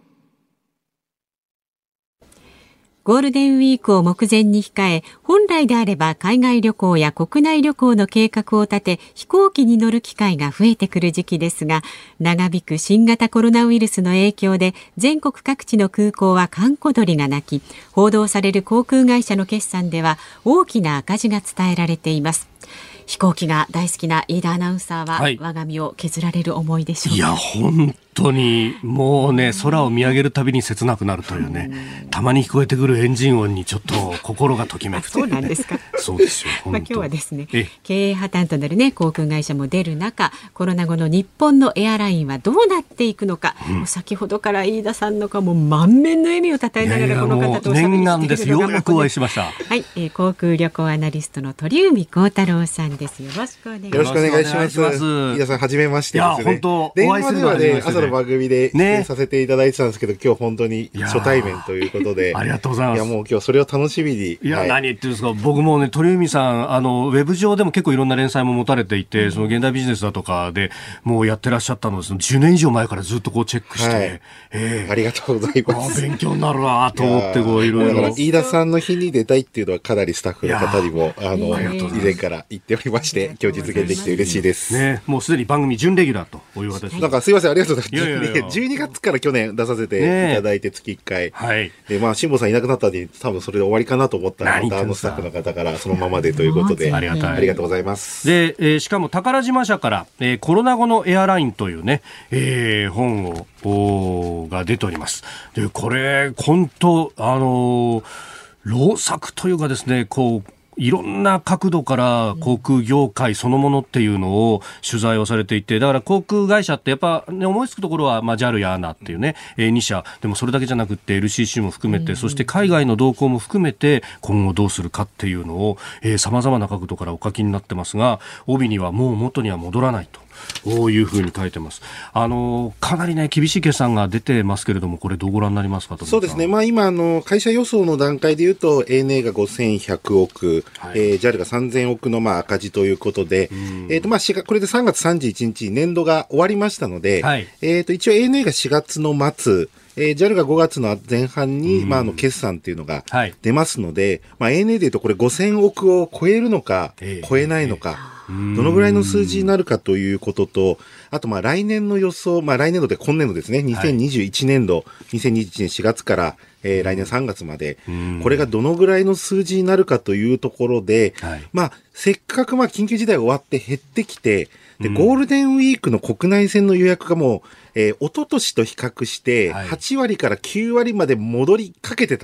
ゴールデンウィークを目前に控え本来であれば海外旅行や国内旅行の計画を立て飛行機に乗る機会が増えてくる時期ですが長引く新型コロナウイルスの影響で全国各地の空港は閑古鳥が鳴き報道される航空会社の決算では大きな赤字が伝えられています。飛行機が大好きな飯田アナウンサーは、はい、我が身を削られる思いでしょうか。 いや本当にもうね空を見上げるたびに切なくなるというねたまに聞こえてくるエンジン音にちょっと心がときめくそうなんですかそうですよ本当、 まあ、今日はですね経営破綻となる、ね、航空会社も出る中コロナ後の日本のエアラインはどうなっていくのか、うん、先ほどから飯田さんの顔も満面の笑みをたたえながらこの方とおしゃべりしているのが念願ですようやくお会いしました、 はいえー、航空旅行アナリストの鳥海高太郎さんです。よろしくお願いします。 よろしくお願いします。飯田さんはじめましてですね。いや本当電話ではね朝の番組で出演させていただいてたんですけど、ね、今日本当に初対面ということでありがとうございます。 いやもう今日それを楽しみに。 いや、はい、何言ってるんですか。僕もね鳥海さんあのウェブ上でも結構いろんな連載も持たれていて、うん、その現代ビジネスだとかでもうやってらっしゃったのですじゅうねん以上前からずっとこうチェックして、はいえー、ありがとうございます。 勉強になるなと思ってこういろいろ飯田さんの日に出たいっていうのはかなりスタッフの方にもあの以前から言っておりまして今日実現できて嬉しいです、 ね、もうすでに番組準レギュラーという形でなんかすいませんありがとうございます。いやいやいやじゅうにがつから去年出させていただいて月いっかい、ねはいでまあ、辛坊さんいなくなったのに多分それで終わりかなと思ったらまたあのスタッフの方からそのままでということでありがたいありがとうございます。 で、えー、しかも宝島社から、えー、コロナ後のエアラインというね、えー、本をが出ております。でこれ本当あのー、老作というかですねこういろんな角度から航空業界そのものっていうのを取材をされていてだから航空会社ってやっぱ、ね、思いつくところは、まあ、ジャル や エーエヌエー っていうね、えー、に社でもそれだけじゃなくって エルシーシー も含めて、うん、そして海外の動向も含めて今後どうするかっていうのをさまざまな角度からお書きになってますが帯にはもう元には戻らないとこういうふうに書いてます。あのかなりね厳しい決算が出てますけれどもこれどうご覧になりますか。 そうですね、まあ、今あの会社予想の段階でいうと エーエヌエー がごせんひゃくおく、はいえー、ジャル がさんぜんおくのまあ赤字ということで、えーとまあ、これでさんがつさんじゅういちにちに年度が終わりましたので、はいえー、と一応 エーエヌエー がしがつの末えー、ジャル がごがつの前半に、まあ、あの決算っていうのが出ますので、はいまあ、エーエヌエー でいうとこれごせんおくを超えるのか、えー、超えないのか、えー、どのぐらいの数字になるかということとあとまあ来年の予想、まあ、来年度で今年度ですねにせんにじゅういちねんど、はい、にせんにじゅういちねんしがつから、えー、来年さんがつまでこれがどのぐらいの数字になるかというところで、はいまあ、せっかくまあ緊急事態が終わって減ってきてでゴールデンウィークの国内線の予約がもう、えー、一昨年と比較してはちわりからきゅうわりまで戻りかけてた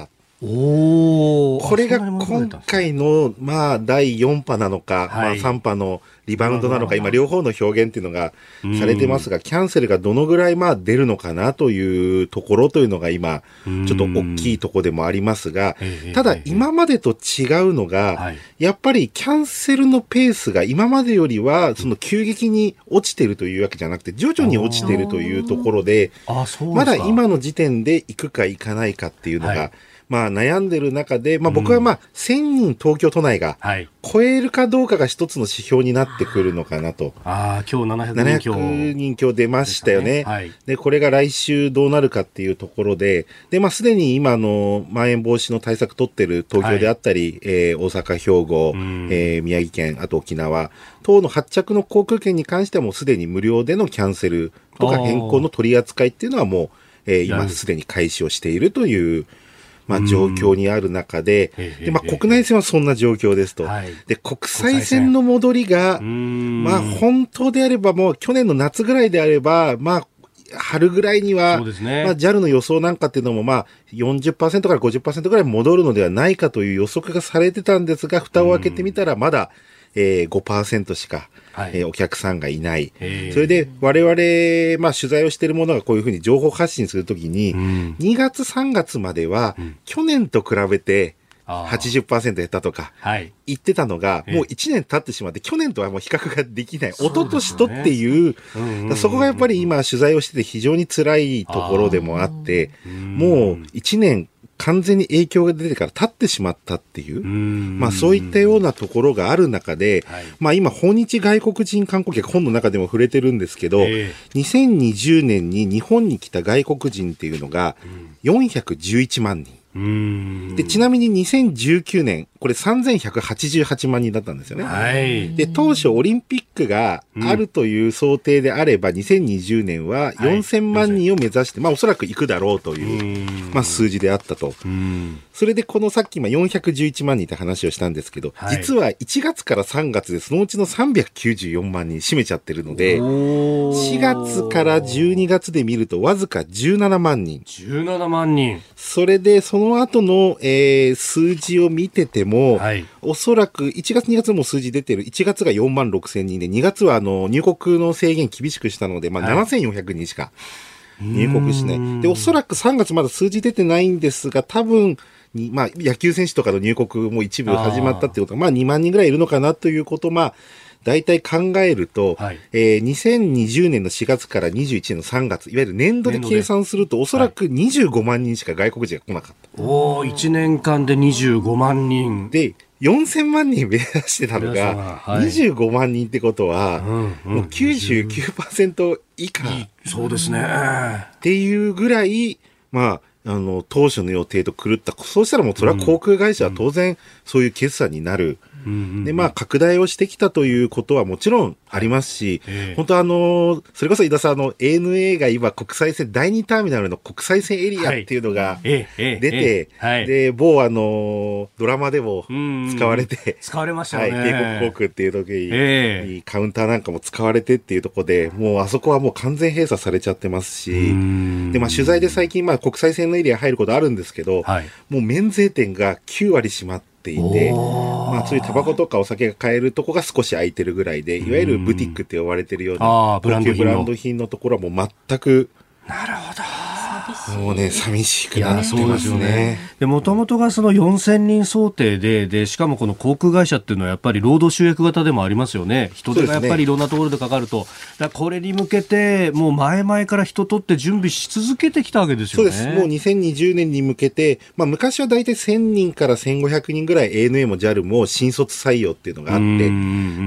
おこれが今回の、まあ、だいよん波なのか、はい、まあ、さん波のリバウンドなのか、今両方の表現っていうのがされてますが、キャンセルがどのぐらいまあ出るのかなというところというのが今、ちょっと大きいところでもありますが、ただ今までと違うのが、やっぱりキャンセルのペースが今までよりは、その急激に落ちてるというわけじゃなくて、徐々に落ちてるというところで、まだ今の時点で行くか行かないかっていうのが、はい、まあ悩んでる中で、まあ僕はまあせんにん東京都内が超えるかどうかが一つの指標になってくるのかなと。 ああ、今日ななひゃくにん強。 ななひゃくにん強出ましたよね。で、ねはい、で、これが来週どうなるかっていうところで、で、まあすでに今のまん延防止の対策取ってる東京であったり、はい、えー、大阪、兵庫、えー、宮城県、あと沖縄等の発着の航空券に関してはもうすでに無料でのキャンセルとか変更の取り扱いっていうのはもう、えー、今すでに開始をしているという、まあ、状況にある中で、で、まあ、国内線はそんな状況ですと。はい、で、国際線の戻りが、まあ、本当であればもう去年の夏ぐらいであれば、まあ、春ぐらいには、ね、まあ、ジャル の予想なんかっていうのも、まあ、よんじゅっパーセント から ごじゅっパーセント ぐらい戻るのではないかという予測がされてたんですが、蓋を開けてみたら、まだ、えー、ごパーセント しか、はい、えー、お客さんがいない。それで我々、まあ、取材をしているものがこういうふうに情報発信するときに、うん、にがつさんがつまでは、うん、去年と比べて はちじゅっパーセント 減ったとか言ってたのが、もういちねん経ってしまって去年とはもう比較ができない、一昨年とっていう、そこがやっぱり今取材をしてて非常に辛いところでもあって、もういちねん完全に影響が出てから経ってしまったっていう、まあそういったようなところがある中で、はい、まあ今訪日外国人観光客本の中でも触れてるんですけど、えー、にせんにじゅうねんに日本に来た外国人っていうのがよんひゃくじゅういちまんにん。うんでちなみににせんじゅうきゅうねんこれさんぜんひゃくはちじゅうはちまんにんだったんですよね。はい、で当初オリンピックがあるという想定であれば、うん、にせんにじゅうねんはよんせんまんにんを目指して、まあおそらく行くだろうという、まあ、数字であったと。うんそれでこのさっき今よんひゃくじゅういちまんにんって話をしたんですけど、はい、実はいちがつからさんがつでそのうちのさんびゃくきゅうじゅうよんまんにん占めちゃってるので、しがつからじゅうにがつで見るとわずかじゅうななまんにん。 じゅうななまんにん。 それでその後の、えー、数字を見てても、はい、おそらくいちがつにがつも数字出てる。いちがつがよんまんろくせんにんで、にがつはあの入国の制限厳しくしたので、まあ、ななせんよんひゃくにんしか入国しない。はい、で、おそらくさんがつまだ数字出てないんですが、多分に、まあ、野球選手とかの入国も一部始まったってことは、まあにまんにんぐらいいるのかなということ、まあ、大体考えると、はい、えー、にせんにじゅうねんのしがつからにじゅういちねんのさんがつ、いわゆる年度で計算すると、おそらくにじゅうごまんにんしか外国人が来なかった。 おー、いちねんかんでにじゅうごまんにん。 で、よんせんまんにん目指してたのが、はい、にじゅうごまんにんってことは、うんうん、もう きゅうじゅうきゅうパーセント 以下。 そうですね。 っていうぐらい、まあ、あの、当初の予定と狂った。そうしたらもうそれは航空会社は当然そういう決算になる。うんうん、で、まあ、拡大をしてきたということはもちろんありますし、はいえー、本当あの、それこそ井田さん、あの、エーエヌエー が今国際線、だいにターミナルの国際線エリアっていうのが出て、で、某あの、ドラマでも使われて、うんうん、 使われましたね。 はい、帝国航空っていう時に、えー、カウンターなんかも使われてっていうところで、もうあそこはもう完全閉鎖されちゃってますし、で、まあ取材で最近まあ国際線のエリア入ることあるんですけど、はい、もう免税店がきゅうわり閉まって、いて、まあそういうタバコとかお酒が買えるとこが少し空いてるぐらいで、いわゆるブティックって呼ばれてるような高級ブランド品のところはもう全く、 なるほど。 もうね、寂しくなってますね。 で、もともとがそのよんせんにん想定で、で、しかもこの航空会社っていうのはやっぱり労働集約型でもありますよね。人手がやっぱりいろんなところでかかると。だこれに向けて、もう前々から人取って準備し続けてきたわけですよね。 そうです。もうにせんにじゅうねんに向けて、まあ昔はだいたいせんにんからせんごひゃくにんぐらい エーエヌエー も ジャル も新卒採用っていうのがあって、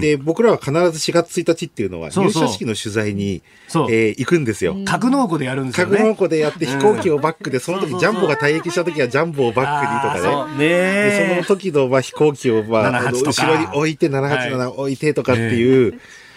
で、僕らは必ずしがつついたちっていうのは入社式の取材に、そうえー、行くんですよ。 格納庫でやるんですよね。 格納庫でやって飛行機をバックで、その時ジャンボが退役した時はジャンボをバックにとかね。でその時のまあ飛行機をまあ後ろに置いてななはちなな置いてとかっていう、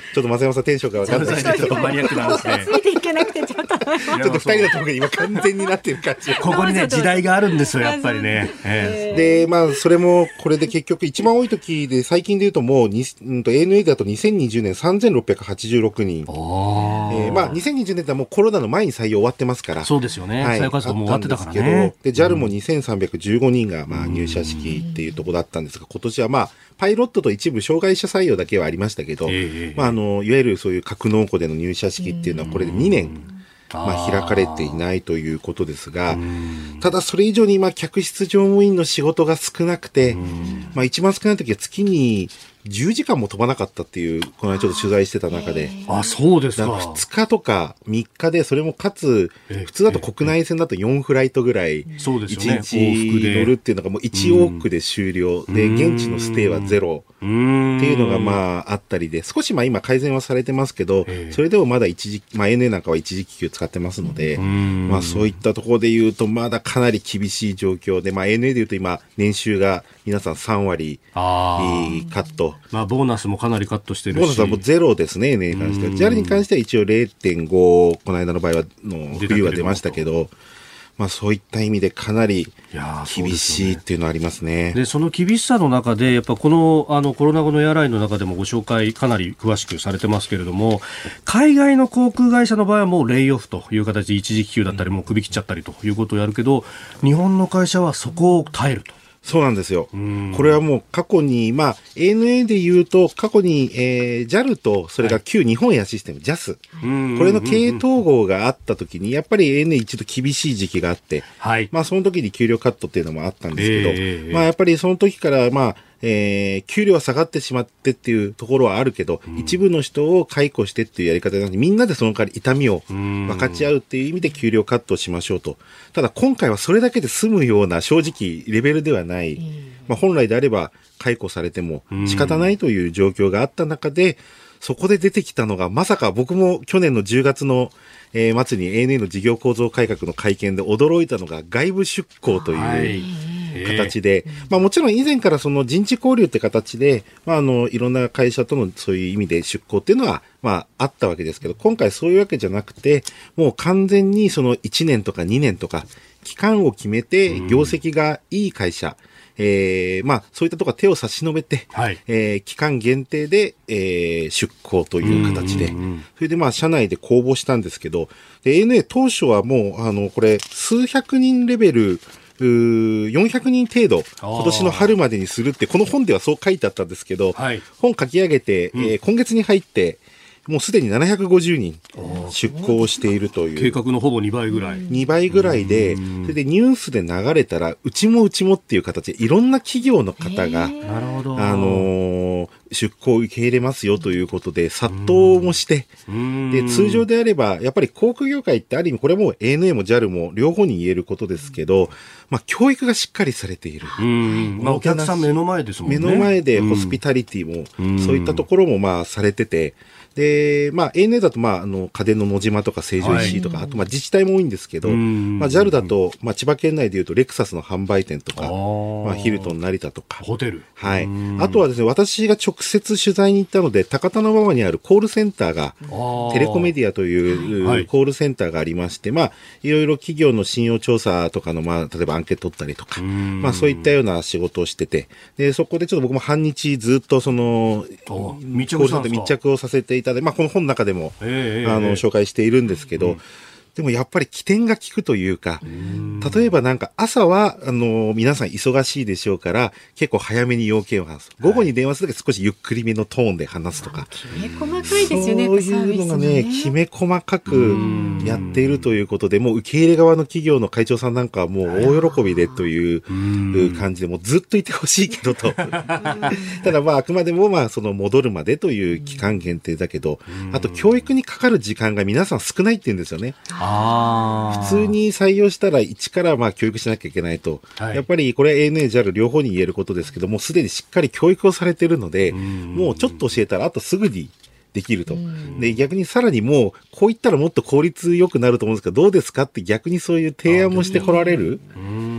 ちょっと松山さんテンションが分かんないですけど、 マニアックなんですね。 ついていけなくてちょっとちょっとふたりのところが今完全になってる感じ。 ここにね時代があるんですよやっぱりね。えでまあそれもこれで結局一番多い時で最近でいうともうに、うん、と エーエヌエー だとにせんにじゅうねんさんぜんろっぴゃくはちじゅうろくにん、 ーえー、まあにせんにじゅうねんってもうコロナの前に採用終わってますから。 そうですよね。 はい、 採用活動も終わってたからね。 あったんですけどで ジャル もにせんさんびゃくじゅうごにんがまあ入社式っていうところだったんですが、今年はまあパイロットと一部障害者採用だけはありましたけど、 えーまあ、あのいわゆるそういう格納庫での入社式っていうのはこれでにねん、まあ、開かれていないということですが、ただそれ以上に今客室乗務員の仕事が少なくて、まあ、一番少ない時は月にじゅうじかんも飛ばなかったっていう、この間ちょっと取材してた中で。 あ、そうですか。 ふつかとかみっかで、それもかつ、普通だと国内線だとよんフライトぐらい、いちにち乗るっていうのがもういち往復で終了。で、現地のステイはゼロっていうのがまああったりで、少しまあ今改善はされてますけど、それでもまだ一時、まあ エーエヌエー なんかは一時帰給使ってますので、まあそういったところで言うとまだかなり厳しい状況で、まあ エーエヌエー で言うと今年収が皆さんさんわりカット。 まあ、ボーナスもかなりカットしてるし。 ボーナスはもうゼロですね、エーエヌエー に関しては。ジャル に関しては一応 れいてんご、この間の場合は、の冬は出ましたけど、まあそういった意味でかなり厳しいっていうのはありますね。 で、その厳しさの中で、やっぱこの、あの、コロナ後のエアラインの中でもご紹介かなり詳しくされてますけれども、海外の航空会社の場合はもうレイオフという形で一時帰給だったり、もう首切っちゃったりということをやるけど、日本の会社はそこを耐えると。 そうなんですよ。これはもう過去に、まあ、エーエヌエー で言うと、過去に、えー、ジャル と、それが旧日本エアシステム、ジャス。これの経営統合があった時に、やっぱり エーエヌエー 一度厳しい時期があって、はい、まあ、その時に給料カットっていうのもあったんですけど、えー、まあ、やっぱりその時から、まあ、えー、給料は下がってしまってっていうところはあるけど、うん、一部の人を解雇してっていうやり方なので、みんなでその代わり痛みを分かち合うっていう意味で給料カットをしましょうと。ただ今回はそれだけで済むような正直レベルではない。まあ、本来であれば解雇されても仕方ないという状況があった中で、そこで出てきたのが、まさか僕も去年のじゅうがつの、えー、末に エーエヌエー の事業構造改革の会見で驚いたのが外部出向という、はい形で、まあもちろん以前からその人事交流って形で、まああの、いろんな会社とのそういう意味で出向っていうのは、まああったわけですけど、今回そういうわけじゃなくて、もう完全にそのいちねんとかにねんとか、期間を決めて業績がいい会社、えー、まあそういったところは手を差し伸べて、はい、えー、期間限定で、えー、出向という形で、それでまあ社内で公募したんですけど、で エーエヌエー 当初はもう、あの、これ、数百人レベル、よんひゃくにん程度、今年の春までにするって、この本ではそう書いてあったんですけど、はい、本書き上げて、うん、えー、今月に入って、もうすでにななひゃくごじゅうにん出向しているという。 計画のほぼにばいぐらい。 にばいぐらいで、それでニュースで流れたら、うちもうちもっていう形で、いろんな企業の方が、なるほど、あのー、出向を受け入れますよということで、殺到もして、で、通常であれば、やっぱり航空業界ってある意味、これも エーエヌエー も ジャル も両方に言えることですけど、まあ、教育がしっかりされている。 うんまあ、お客さん目の前ですもんね。 目の前でホスピタリティも、そういったところもまあ、されてて、で、まあ、エーエヌエー だと、まあ、あの、家電の野島とか成城石井とか、はい、あと、まあ、自治体も多いんですけど、まあ、ジャル だと、まあ、千葉県内でいうと、レクサスの販売店とか、まあ、ヒルトン成田とか。 ホテル。 はい。あとはですね、私が直接取材に行ったので、高田馬場にあるコールセンターが、テレコメディアというコールセンターがありまして、まあ、いろいろ企業の信用調査とかの、まあ、例えばアンケート取ったりとか、まあ、そういったような仕事をしてて、で、そこでちょっと僕も半日ずっとその、密着さ密着をさせていただいて、まあ、この本の中でも、えー、あの、紹介しているんですけど、うん、でもやっぱり起点が効くというか、例えばなんか朝は、あの、皆さん忙しいでしょうから、結構早めに要件を話す。午後に電話するとき少しゆっくりめのトーンで話すとか。 きめ細かいですよね、 そういうのがね、きめ細かくやっているということで、もう受け入れ側の企業の会長さんなんかはもう大喜びでという感じで、もうずっといてほしいけどと。ただまあ、あくまでもまあ、その戻るまでという期間限定だけど、あと教育にかかる時間が皆さん少ないって言うんですよね。普通に採用したら一からまあ教育しなきゃいけないと、はい、やっぱりこれは エーエヌエー、ジャル 両方に言えることですけども、すでにしっかり教育をされているので、もうちょっと教えたらあとすぐにできると。で、逆にさらにもうこういったらもっと効率良くなると思うんですけど、どうですかって逆にそういう提案もしてこられる。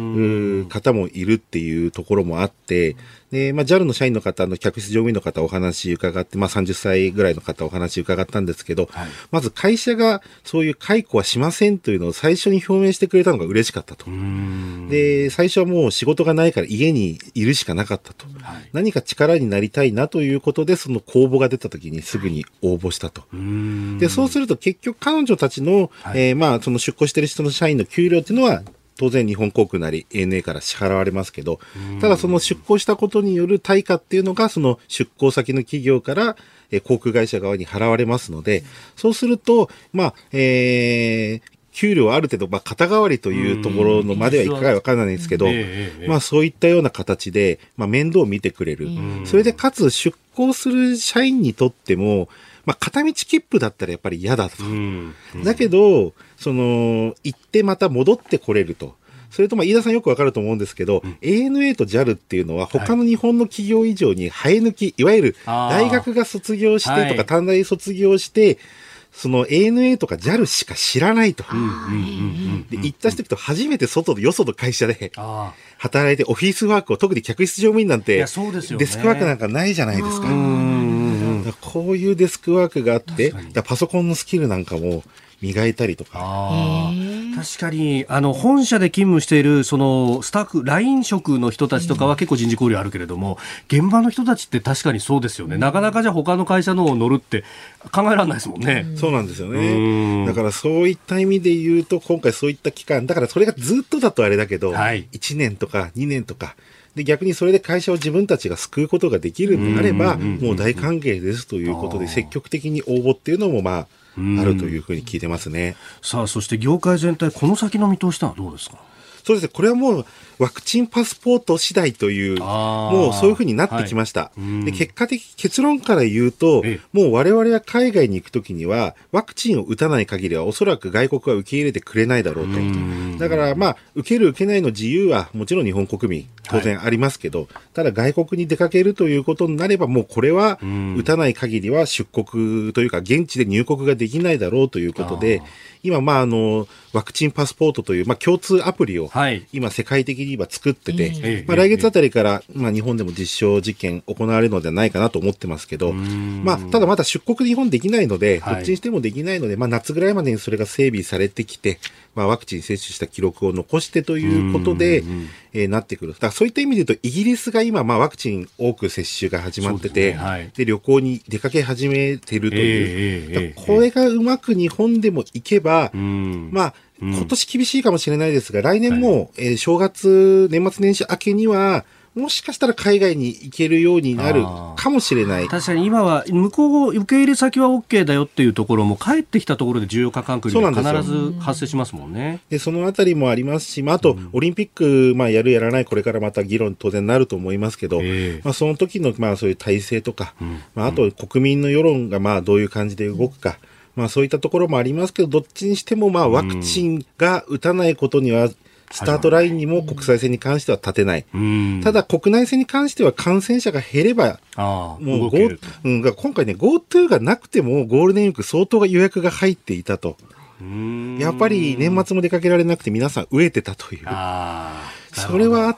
方もいるっていうところもあって、で、まあ、ジャル の社員の方の客室乗務員の方お話伺って、まあ、さんじゅっさいぐらいの方お話伺ったんですけど、はい、まず会社がそういう解雇はしませんというのを最初に表明してくれたのが嬉しかったと。で、最初はもう仕事がないから家にいるしかなかったと。はい、何か力になりたいなということで、その公募が出た時にすぐに応募したと。で、そうすると結局彼女たちの、はい、えー、まあ、その出向している人の社員の給料っていうのは、当然日本航空なり エーエヌエー から支払われますけど、ただその出向したことによる対価っていうのがその出向先の企業から航空会社側に払われますので、そうすると、まあ、えー、給料はある程度、まあ、肩代わりというところのまではいかがわからないんですけど、まあ、そういったような形で、まあ、面倒を見てくれる。それでかつ出向する社員にとっても、まあ、片道切符だったらやっぱり嫌だと。だけど、その、行ってまた戻ってこれると。それと、まあ、飯田さんよくわかると思うんですけど、うん、エーエヌエー と ジャル っていうのは他の日本の企業以上に生え抜き、いわゆる大学が卒業してとか短大卒業して、その エーエヌエー とか ジャル しか知らないと。で、行った人と初めて外でよその会社で働いてオフィスワークを、特に客室乗務員なんてデスクワークなんかないじゃないですか。こういうデスクワークがあって、パソコンのスキルなんかも磨いたりとか。 あ確かにあの本社で勤務しているそのスタッフ ライン 職の人たちとかは結構人事交流あるけれども、現場の人たちって確かにそうですよね。なかなかじゃあ他の会社のを乗るって考えられないですもんね。 そうなんですよね。だからそういった意味で言うと今回そういった期間だから、それがずっとだとあれだけど、はい、いちねんとかにねんとかで、逆にそれで会社を自分たちが救うことができるのであればもう大歓迎ですということで積極的に応募っていうのもまああるというふうに聞いてますね。 さあ、そして業界全体この先の見通しはどうですか。 そうですね。これはもうワクチンパスポート次第という、もうそういうふうになってきました。はい、で結果的、結論から言うと、もう我々は海外に行くときには、ワクチンを打たない限りはおそらく外国は受け入れてくれないだろうと。だから、まあ、受ける受けないの自由はもちろん日本国民、当然ありますけど、はい、ただ外国に出かけるということになれば、もうこれは打たない限りは出国というか、現地で入国ができないだろうということで、今、まあ、あの、ワクチンパスポートという、まあ、共通アプリを、はい、今、世界的に今作ってて、えー、まあ、来月あたりから、まあ、日本でも実証実験行われるのではないかなと思ってますけど、まあ、ただまだ出国日本できないので、どっちにしてもできないので、まあ、夏ぐらいまでにそれが整備されてきて、まあ、ワクチン接種した記録を残してということで、えー、なってくる。だからそういった意味で言うと、イギリスが今、まあ、ワクチン多く接種が始まってて、で、ねはい、で旅行に出かけ始めてるという。えー、これがうまく日本でもいけば、まあ、今年厳しいかもしれないですが、来年も、はい、えー、正月、年末年始明けには、もしかしたら海外に行けるようになるかもしれない。 確かに今は向こう受け入れ先は OK だよっていうところも帰ってきたところで重要化関係が必ず発生しますもんね。 でそのあたりもありますし、まあ、あとオリンピック、まあ、やるやらないこれからまた議論当然なると思いますけど、えーまあ、その時のまあそういう体制とか、うんまあ、あと国民の世論がまあどういう感じで動くか、まあ、そういったところもありますけど、どっちにしてもまあワクチンが打たないことにはスタートラインにも国際線に関しては立てない。うん、ただ国内線に関しては感染者が減れば、もう Go、うん、今回ね GoTo がなくてもゴールデンウィーク相当予約が入っていたと。うんやっぱり年末も出かけられなくて皆さん飢えてたという。それはあって、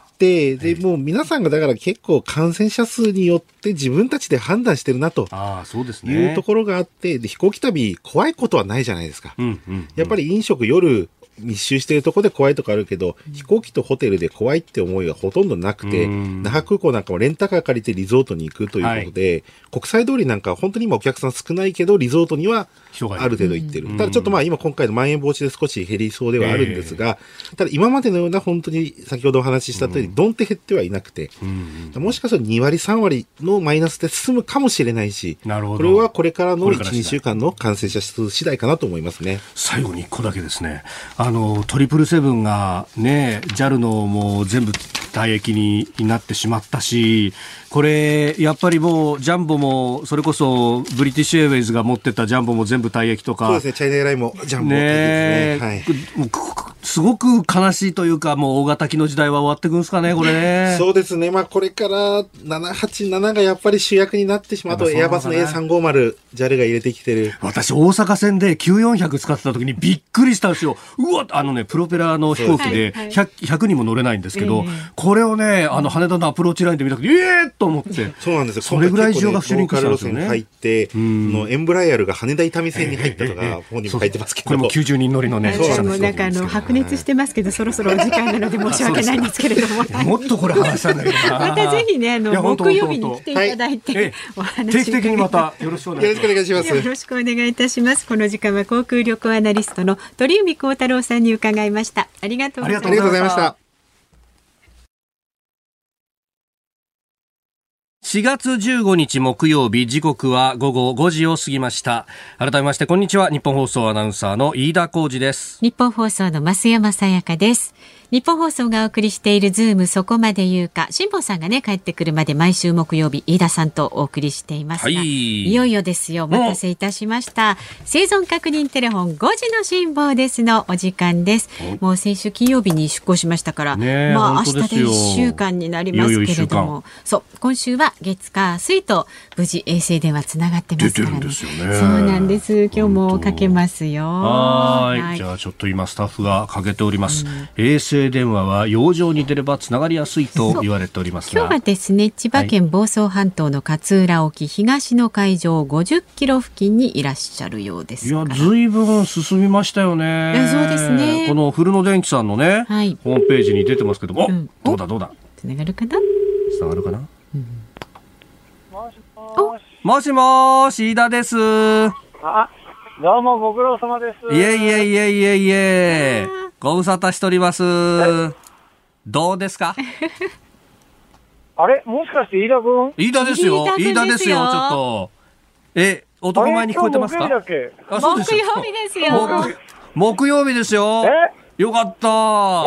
で、もう皆さんがだから結構感染者数によって自分たちで判断してるなというところがあって、で飛行機旅怖いことはないじゃないですか。うんうんうん、やっぱり飲食夜密集しているところで怖いとこあるけど、うん、飛行機とホテルで怖いって思いがほとんどなくて、那覇空港なんかもレンタカー借りてリゾートに行くということで、はい、国際通りなんかは本当に今お客さん少ないけどリゾートにはある程度行ってる。ただちょっとまあ今今回のまん延防止で少し減りそうではあるんですが、えー、ただ今までのような本当に先ほどお話しした通り、ドンって減ってはいなくて、もしかしたらにわりさんわりのマイナスで進むかもしれないし、なるほどこれはこれからのいち、にしゅうかんの感染者数次第かなと思いますね。 最後にいっこだけですね。あのトリプルセブンがね ジャル のもう全部退役になってしまったし、これやっぱりもうジャンボもそれこそブリティッシュエアウェイズが持ってたジャンボも全部退役とか、 そうですね、チャイナエアラインもジャンボ退役ですね、はい、 もうすごく悲しいというか、もう大型機の時代は終わっていくんですかね、これね。 そうですね。まあ、これからななはちなながやっぱり主役になってしまうと、エアバスの エーさんごじゅう、ジャル が入れてきてる。 私、大阪線できゅうよんひゃく使ってた時にびっくりしたんですよ。うわあのね、プロペラの飛行機で ひゃく, ひゃくにも乗れないんですけど、えー、これをね、あの、羽田のアプローチラインで見た時に、ええー、と思って。 そうなんですよ。 それぐらい需要が不思議したんですよね。 入って、のエンブライヤルが羽田伊丹線に入ったとか、本にも書いてますけど。 これもきゅうじゅうにん乗りのね、 そうもうなんかあの、白熱してますけど、そろそろお時間なので申し訳ないんですけれども。 もっとこれ話したんだけどな。 またぜひね、あの、木曜日に来ていただいて、はい、お話定期的にまたよろしくお願いします。 よろしくお願いします。 よろしくお願いいたします。この時間は航空旅行アナリストの鳥海高太郎さんに伺いました。ありがとうございました。 ありがとうございました。 しがつじゅうごにち木曜日、時刻は午後ごじを過ぎました。改めましてこんにちは。日本放送アナウンサーの飯田浩司です。 日本放送の増山さやかです。日本放送がお送りしているズームそこまで言うか、辛坊さんがね帰ってくるまで毎週木曜日飯田さんとお送りしていますが、はい、いよいよですよ。お待たせいたしました。生存確認テレフォンごじの辛坊ですのお時間です。もう先週金曜日に出航しましたから、ね、まあ明日でいっしゅうかんになりますけれども、そう今週は月火水と無事衛星電話つながってますからね。 出てるんですよね。 そうなんです。今日もかけますよ。 はい、はい、じゃあちょっと今スタッフがかけております。うん、衛星電話は洋上に出ればつながりやすいと言われておりますが、 今日はですね、千葉県房総半島の勝浦沖東の海上ごじゅっキロ付近にいらっしゃるようですから。 いや、ずいぶん進みましたよね。 そうですね。 この古野電機さんのね、はい、ホームページに出てますけども、うん、どうだどうだ。 つながるかな。 つながるかな。うん、 もしもし。 もしもし、飯田です。 あ、どうもご苦労様です。 いえいえいえいえいえ。ご無沙汰しております。どうですか。 あれ、もしかして飯田君？ 飯田ですよ。飯田ですよ。ちょっと。え、男前に聞こえてますか？ あ、そうです。木曜日ですよ。 木曜日ですよ。 え？ よかった。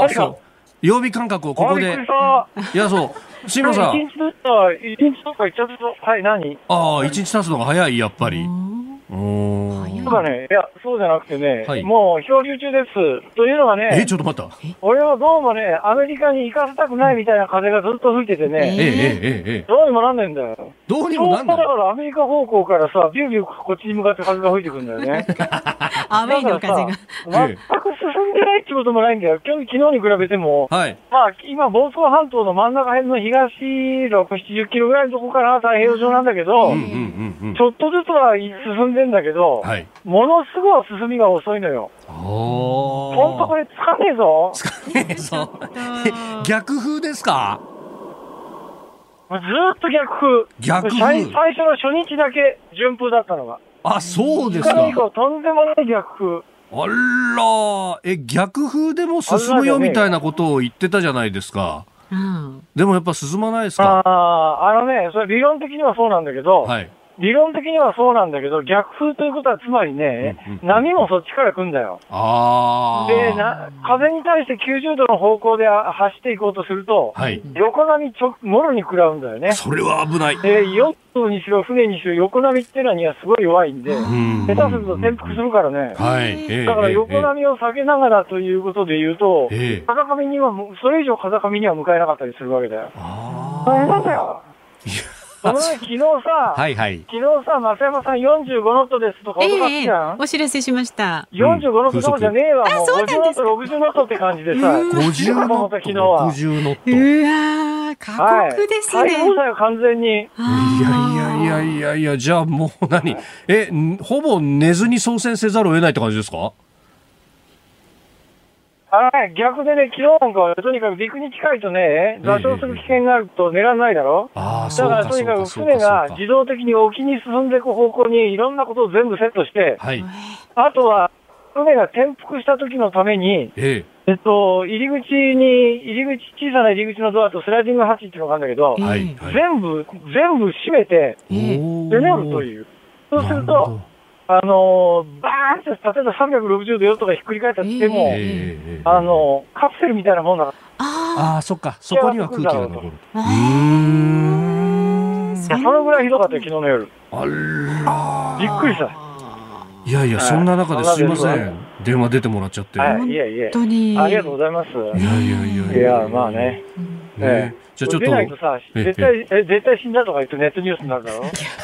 そう。曜日感覚をここで。いや、そう。辛坊さん。 一日とか、一日とか行っちゃうと、はい、何？ ああ、一日経つのが早い、やっぱり。 そうだね。いや、そうじゃなくてね、はい、もう漂流中です。というのがね、 え、ちょっと待った。 俺はどうもね、アメリカに行かせたくないみたいな風がずっと吹いててね、 ええええええ、 どうにもなんないんだよ。 どうにもなんない。 だからアメリカ方向からさ、ビュービューこっちに向かって風が吹いてくるんだよね。 アメリカの風が。全く進んでないってこともないんだよ。今日、昨日に比べても、はい、まあ、今、房総半島の真ん中辺の東ろく、ななじゅっキロぐらいのところから太平洋上なんだけど、うんうんうんうん、ちょっとずつは進んでんだけど、はい、ものすごい進みが遅いのよ。ほんとこれつかねえぞ。 つかねえぞ。逆風ですか？ ずーっと逆風。 逆風。 最, 最初の初日だけ順風だったのが。 あ、そうですか。 それ以降とんでもない逆風。 あら、え、逆風でも進むよみたいなことを言ってたじゃないですか。うん、でもやっぱ進まないですか？ ああ、あのね、それ理論的にはそうなんだけど、はい、理論的にはそうなんだけど、逆風ということはつまりね、うんうんうん、波もそっちから来るんだよ。 あでな、風に対してきゅうじゅうどの方向で走っていこうとすると、はい、横波ちょもろに食らうんだよね。 それは危ない。 で、ヨットにしろ船にしろ横波っていうのにはすごい弱いんで、下手すると転覆するからね。はい、だから横波を下げながらということで言うと、えー、風上には、それ以上風上には向かえなかったりするわけだよ。大変なんだよ。その前、昨日さ、はいはい、昨日さ、増山さんよんじゅうごノットですとか驚かすじゃん、えー、 お知らせしました。 よんじゅうごノットどころじゃねえわ、もうごじゅうノット、ろくじゅうノットって感じでさ、 ごじゅうノット、 昨日は。 ろくじゅうノット。 うわー、過酷ですね。 はい、大変だよ、完全に。いやいやいやいやいや、じゃあもう何、え、ほぼ寝ずに操船せざるを得ないって感じですか？ あのね、逆でね、昨日なんかはとにかく陸に近いとね、座礁する危険があると寝られないだろ、えー、だからとにかく船が自動的に沖に進んでいく方向にいろんなことを全部セットして、はい、あとは船が転覆した時のために、えー、えっと、入り口に、入り口、小さな入り口のドアとスライディングハッチっていうのがあるんだけど、はい、全部、全部閉めて、で寝るという。そうすると、あのー、バーンって、例えばさんびゃくろくじゅうどよとかひっくり返ったとしても、えー、あのー、カプセルみたいなもんだから。 ああ、そっか。そこには空気が残る。うーん。いや、そのぐらいひどかったよ、昨日の夜。 あらびっくりした。 いやいや、そんな中ですいません。電話出てもらっちゃって。 はい、いえいえ。 本当に。 ありがとうございます。 いやいやいやいや、まあね。 ね、じゃあちょっと。 出ないとさ、絶対、え、絶対死んだとか言ってネットニュースになるだろ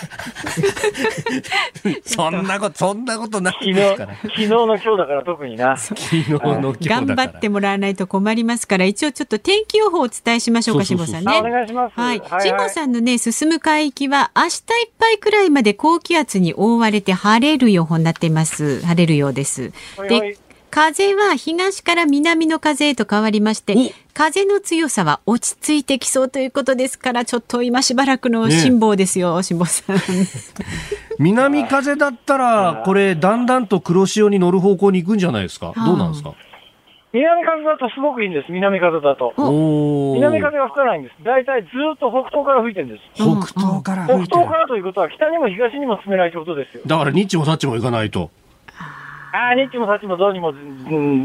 そんなこと、そんなことないですから。昨日の今日だから特にな。 昨日の今日だから。 頑張ってもらわないと困りますから、一応ちょっと天気予報をお伝えしましょうか、辛坊さんね。 お願いします。 はい。辛坊さんのね、進む海域は明日いっぱいくらいまで高気圧に覆われて晴れる予報になっています。晴れるようです。で、風は東から南の風へと変わりまして、風の強さは落ち着いてきそうということですから、ちょっと今しばらくの辛抱ですよ、ね、辛坊さん。 南風だったら、これだんだんと黒潮に乗る方向に行くんじゃないですか。どうなんですか。 南風だとすごくいいんです。南風だと。南風が吹かないんです。だいたいずっと北東から吹いてるんです。 北東から吹いてる。 北東からということは北にも東にも進めないということですよ。 だからニッチもサッチも行かないと。 ああ、ニッチもサッチもどうにも、うん、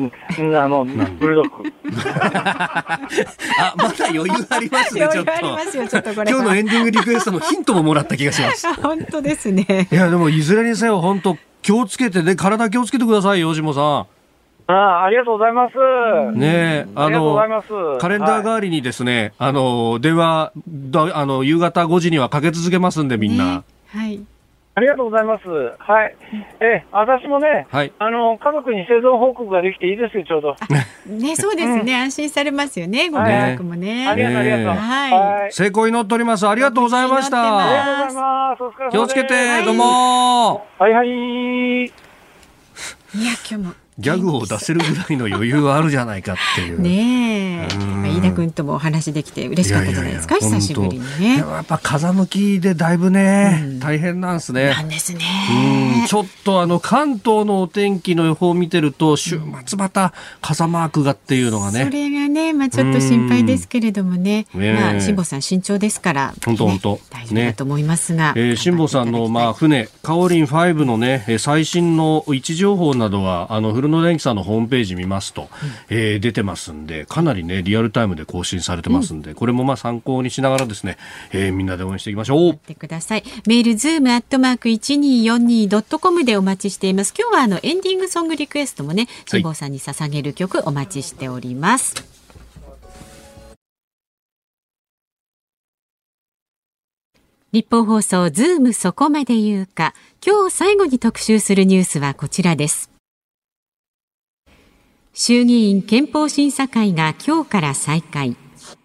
あの、ブルドッグ。 あ、まだ余裕ありますね、ちょっと。 余裕ありますよ、ちょっとこれ。 今日のエンディングリクエストのヒントももらった気がします。 本当ですね。 いや、でもいずれにせよ、本当気をつけてね、体気をつけてくださいよ、下さん。 ああ、ありがとうございます。 ねえ、あの、カレンダー代わりにですね、はい、あの、電話、あの、夕方ごじにはかけ続けますんで、みんな。ね、 はい。 ありがとうございます。はい。え、私もね、はい、あの、家族に生存報告ができていいですよ、ちょうど。 ね、そうですね、うん、安心されますよね、ご家族もね。 はい、ありがとう、ありがとう。 はい。 成功祈っております。ありがとうございました。 ありがとうございます。お疲れ様です。 気をつけて、どうも。 はいはい。 いや、今日も。 ギャグを出せるぐらいの余裕はあるじゃないかっていう。 ねえ。飯田君ともお話できて嬉しかったじゃないですか、いやいやいや久しぶりにね。 やっぱ風向きでだいぶね、うん、大変なんですね。 なんですね。 うん、ちょっとあの関東のお天気の予報を見てると、週末また傘マークがっていうのがね。 それがね、まあちょっと心配ですけれどもね。ねまあ辛坊さん慎重ですから、 本当本当大丈夫だと思いますが。 ねえー、辛坊さんのまあ船カオリンファイブのね最新の位置情報などはあの古野電機さんのホームページ見ますと、うんえー、出てますんで、かなりねリアルタイムで更新されてますんで、うん、これもまあ参考にしながらですね、えー、みんなで応援していきましょう。 やってください。メールズームアットマークいちにーよんにードットコムでお待ちしています。今日はあのエンディングソングリクエストもね、辛坊さんに捧げる曲お待ちしております。はい、日本放送ズームそこまで言うか。今日最後に特集するニュースはこちらです。衆議院憲法審査会が今日から再開。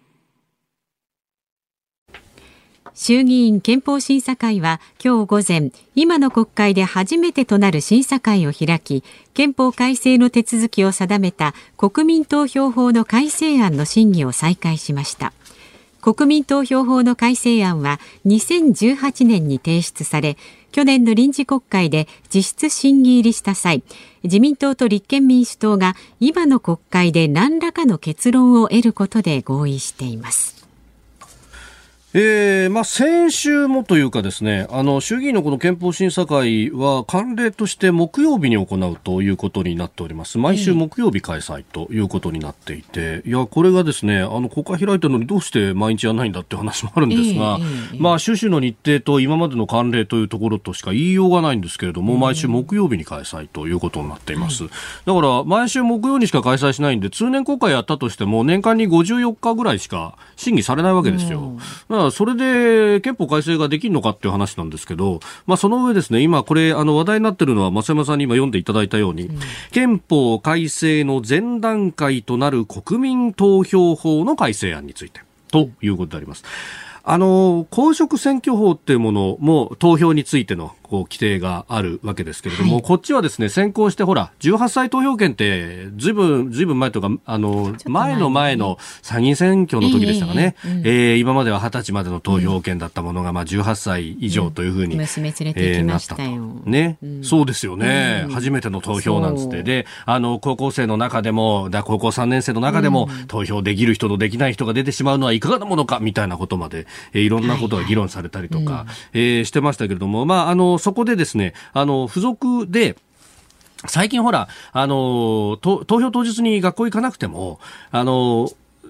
衆議院憲法審査会は今日午前、今の国会で初めてとなる審査会を開き、憲法改正の手続きを定めた国民投票法の改正案の審議を再開しました。国民投票法の改正案はにせんじゅうはちねんに提出され、去年の臨時国会で実質審議入りした際、自民党と立憲民主党が今の国会で何らかの結論を得ることで合意しています。 えーまあ、先週もというかですね、あの衆議院のこの憲法審査会は慣例として木曜日に行うということになっております。毎週木曜日開催ということになっていて、いやこれがですね、あの国会開いたのにどうして毎日やらないんだって話もあるんですが、えーえーまあ、種々の日程と今までの慣例というところとしか言いようがないんですけれども、毎週木曜日に開催ということになっています。だから毎週木曜にしか開催しないんで、通年国会やったとしても年間にごじゅうよっかぐらいしか審議されないわけですよ。だからそれで憲法改正ができるのかっていう話なんですけど、まあ、その上ですね、今これあの話題になっているのは増山さんに今読んでいただいたように、うん、憲法改正の前段階となる国民投票法の改正案についてということであります。あの公職選挙法っていうものも投票についてのこう規定があるわけですけれども、はい、こっちはですね先行してほらじゅうはっさい投票権ってずいぶんずいぶん前とかあの前の前の参議院選挙の時でしたかね、えーうんえー、今までははたちまでの投票権だったものがまあじゅうはっさい以上というふうに、うん、 娘連れて行きましたよ、 えー、なったとね、うん、そうですよね、うん、初めての投票なんつってであの高校生の中でもだ高校さんねん生の中でも、うん、投票できる人とできない人が出てしまうのはいかがなものかみたいなことまで、えー、いろんなことが議論されたりとか、はいはいえー、してましたけれども、まあ、あのそこでですねあの付属で最近ほらあの投票当日に学校行かなくてもあの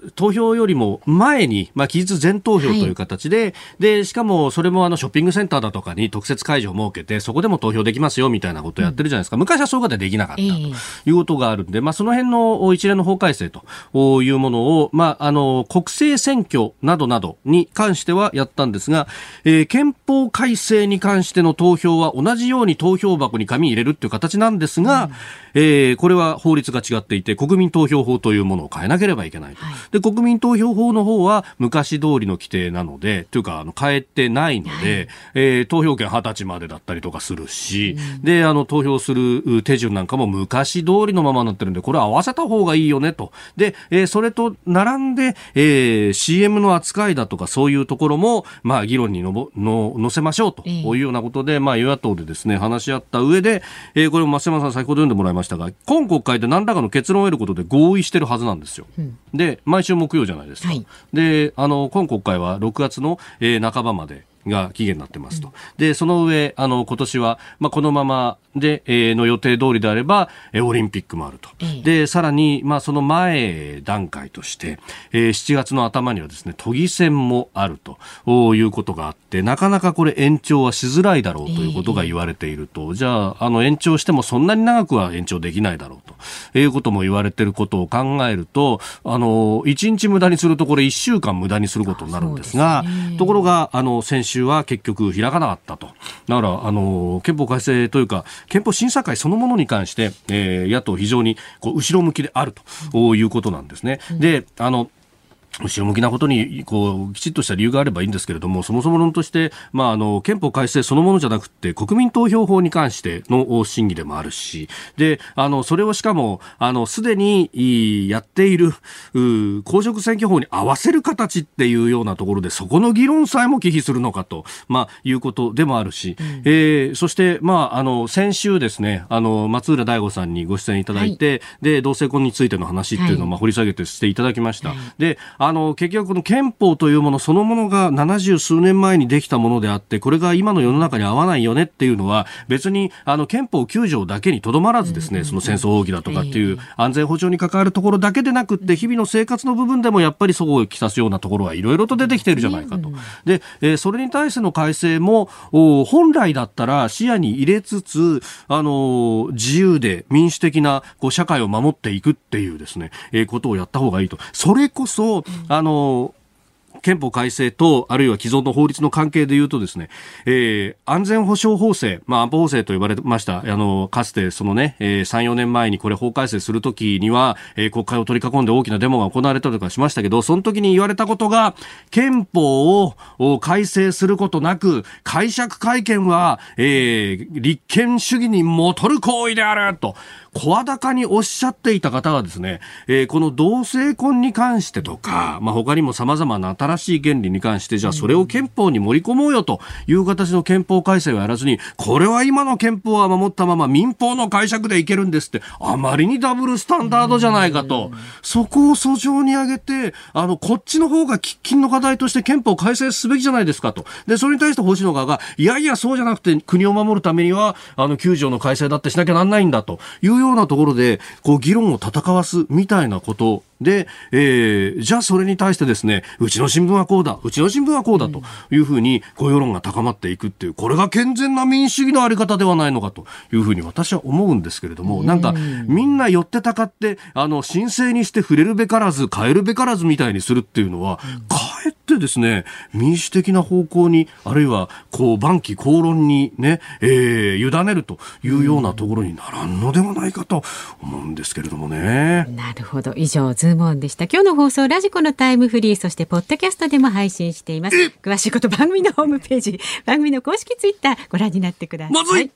投票よりも前に、まあ、期日前投票という形で、はい、でしかもそれもあのショッピングセンターだとかに特設会場を設けてそこでも投票できますよみたいなことをやってるじゃないですか、うん、昔はそういうことはできなかったということがあるんで、まあ、その辺の一連の法改正というものを、まあ、あの国政選挙などなどに関してはやったんですが、えー、憲法改正に関しての投票は同じように投票箱に紙入れるという形なんですが、うん、えー、これは法律が違っていて国民投票法というものを変えなければいけないと、はい、で国民投票法の方は昔通りの規定なのでというかあの変えてないので、はい、えー、投票権はたちまでだったりとかするし、うん、であの投票する手順なんかも昔通りのままになってるんでこれは合わせた方がいいよねと。で、えー、それと並んで、えー、シーエム の扱いだとかそういうところも、まあ、議論にのぼの乗せましょうというようなことで、まあ、与野党でですね話し合った上で、えー、これも増山さん先ほど読んでもらいましたが今国会で何らかの結論を得ることで合意してるはずなんですよ、うん、で毎週木曜じゃないですか、はい、であの今国会はろくがつの、えー、半ばまでが期限になってますと。でその上あの今年は、まあ、このままで、えー、の予定通りであれば、えー、オリンピックもあると、えー、でさらに、まあ、その前段階として、えー、しちがつの頭にはですね都議選もあるということがあってなかなかこれ延長はしづらいだろうということが言われていると、えー、じゃあ、あの延長してもそんなに長くは延長できないだろうということも言われていることを考えるとあのいちにち無駄にするとこれいっしゅうかん無駄にすることになるんですが、ね、ところがあの先週は結局開かなかったと。だからあの憲法改正というか憲法審査会そのものに関して、えー、野党非常にこう後ろ向きであるということなんですね。うん、であの後ろ向きなことにこうきちっとした理由があればいいんですけれどもそもそも論として、まあ、あの憲法改正そのものじゃなくて国民投票法に関しての審議でもあるしであのそれをしかもあのすでにやっている公職選挙法に合わせる形っていうようなところでそこの議論さえも忌避するのかと、まあ、いうことでもあるし、うん、えー、そして、まあ、あの先週ですねあの松浦大吾さんにご出演いただいて、はい、で同性婚についての話っていうのを、まあ、掘り下げてしていただきました、はい、であの結局この憲法というものそのものがななじゅうすうねんまえにできたものであってこれが今の世の中に合わないよねっていうのは別にあの憲法きゅうじょうだけにとどまらずですね、うん、その戦争放棄だとかっていう安全保障に関わるところだけでなくって日々の生活の部分でもやっぱりそこをきたすようなところはいろいろと出てきているじゃないかと。で、えー、それに対しての改正も本来だったら視野に入れつつあの自由で民主的なこう社会を守っていくっていうですね、えー、ことをやった方がいいと。それこそあの憲法改正とあるいは既存の法律の関係でいうとですね、えー、安全保障法制、まあ、安保法制と呼ばれましたあのかつてそのね、えー、さん、よねんまえにこれ法改正するときには、えー、国会を取り囲んで大きなデモが行われたりとかしましたけどその時に言われたことが憲法を改正することなく解釈改憲は、えー、立憲主義にもとる行為であると声高におっしゃっていた方がですね、えー、この同性婚に関してとか、まあ、他にも様々な新しい原理に関してじゃあそれを憲法に盛り込もうよという形の憲法改正をやらずにこれは今の憲法は守ったまま民法の解釈でいけるんですってあまりにダブルスタンダードじゃないかとそこを訴状に挙げてあのこっちの方が喫緊の課題として憲法改正すべきじゃないですかとでそれに対して星野側がいやいやそうじゃなくて国を守るためにはあのきゅうじょうの改正だってしなきゃなんないんだというようなところでこう議論を戦わすみたいなことで、えー、じゃあそれに対してですねうちの新聞はこうだうちの新聞はこうだというふうにこう世論が高まっていくっていうこれが健全な民主主義のあり方ではないのかというふうに私は思うんですけれどもなんかみんな寄ってたかってあの神聖にして触れるべからず変えるべからずみたいにするっていうのはかえってですね民主的な方向にあるいはこう万機公論にね、えー、委ねるというようなところにならんのではないかと思うんですけれどもね。 なるほど以上ズームオンでした。今日の放送ラジコのタイムフリーそしてポッドキャストでも配信しています。詳しいこと番組のホームページ番組の公式ツイッターご覧になってください。 まずい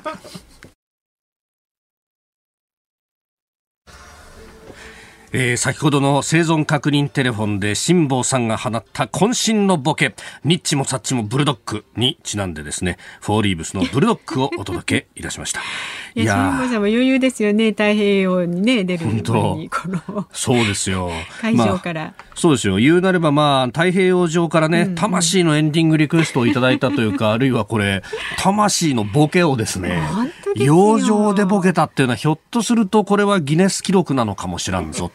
えー、先ほどの生存確認テレフォンで辛坊さんが放った渾身のボケニッチもサッチもブルドッグにちなんでですねフォーリーブスのブルドッグをお届けいたしましたいや辛坊さんも余裕ですよね太平洋にね出る前にこのそうですよ会場から、まあ、そうですよ言うなればまあ太平洋上からね、うんうん、魂のエンディングリクエストをいただいたというかあるいはこれ魂のボケをですね洋上でボケたっていうのはひょっとするとこれはギネス記録なのかもしらんぞと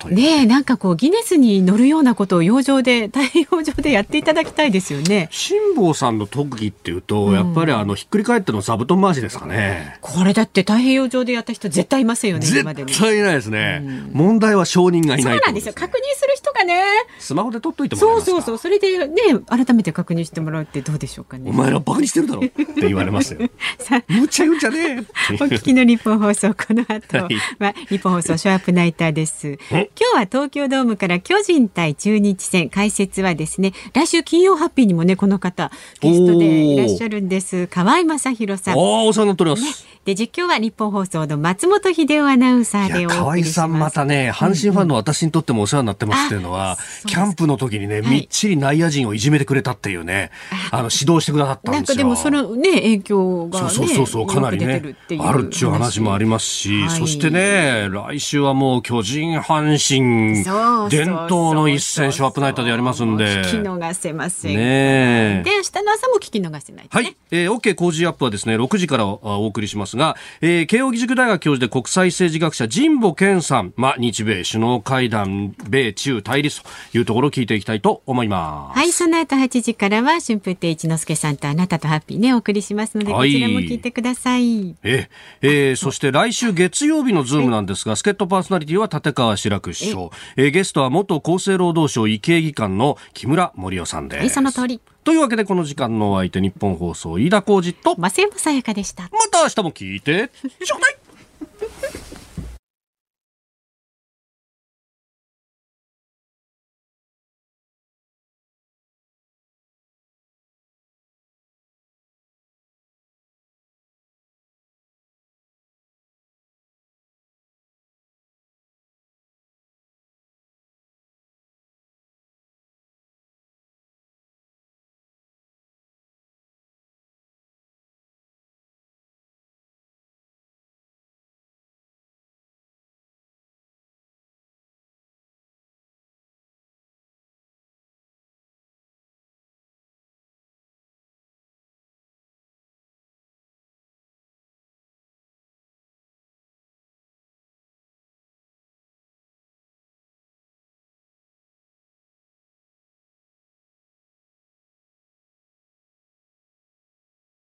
というねえ、なんかこうギネスに乗るようなことを洋上で太平洋上でやっていただきたいですよね。 辛坊さんの特技っていうと、うん、やっぱりあのひっくり返っての座布団回しですかね。 これだって太平洋上でやった人絶対いませんよね。今までに絶対いないですね、うん、問題は証人がいない、ね、 そうなんですよ。確認する人がね、 スマホで撮っといてもらえますか。 そうそうそう、それでね改めて確認してもらうってどうでしょうかね。 お前らバカにしてるだろって言われますよむちゃ言うんじゃねえお聞きの日本放送、この後は日本放送ショーアップナイターです。今日は東京ドームから巨人対中日戦、解説はですね、来週金曜ハッピーにもねこの方ゲストでいらっしゃるんです。河合正弘さん。 お世話になっております、 ね、で実況は日本放送の松本秀夫アナウンサーでお送りします。 河合さんまたね、阪神ファンの私にとってもお世話になってますっていうのは、うん、キャンプの時にね、はい、みっちり内野陣をいじめてくれたっていうね、あの指導してくださったんですよ。 なんかでもそのね影響がね、 そうそうそう、かなりねあるっていう話もありますし、はい、そしてね来週はもう巨人阪神伝統の一戦ショーアップナイターでやりますんで聞き逃せませんね。 で明日の朝も聞き逃せない、ね、 はい、えー、OK 工事アップはですねろくじからお送りしますが、えー、慶應義塾大学教授で国際政治学者神保健さん、まあ、日米首脳会談、米中対立というところを聞いていきたいと思います。 はい、その後はちじからは春風亭一之輔さんとあなたとハッピーねお送りしますので、こちらも聞いてください。 ええー、そして来週月曜日のズームなんですが、助っ人パーソナリティは立川志らく師匠、えー、ゲストは元厚生労働省医系技官の木村盛夫さんです。 はい、その通り。 というわけでこの時間のお相手、日本放送飯田浩司と増山さやかでした。 また明日も聞いてちょうだい。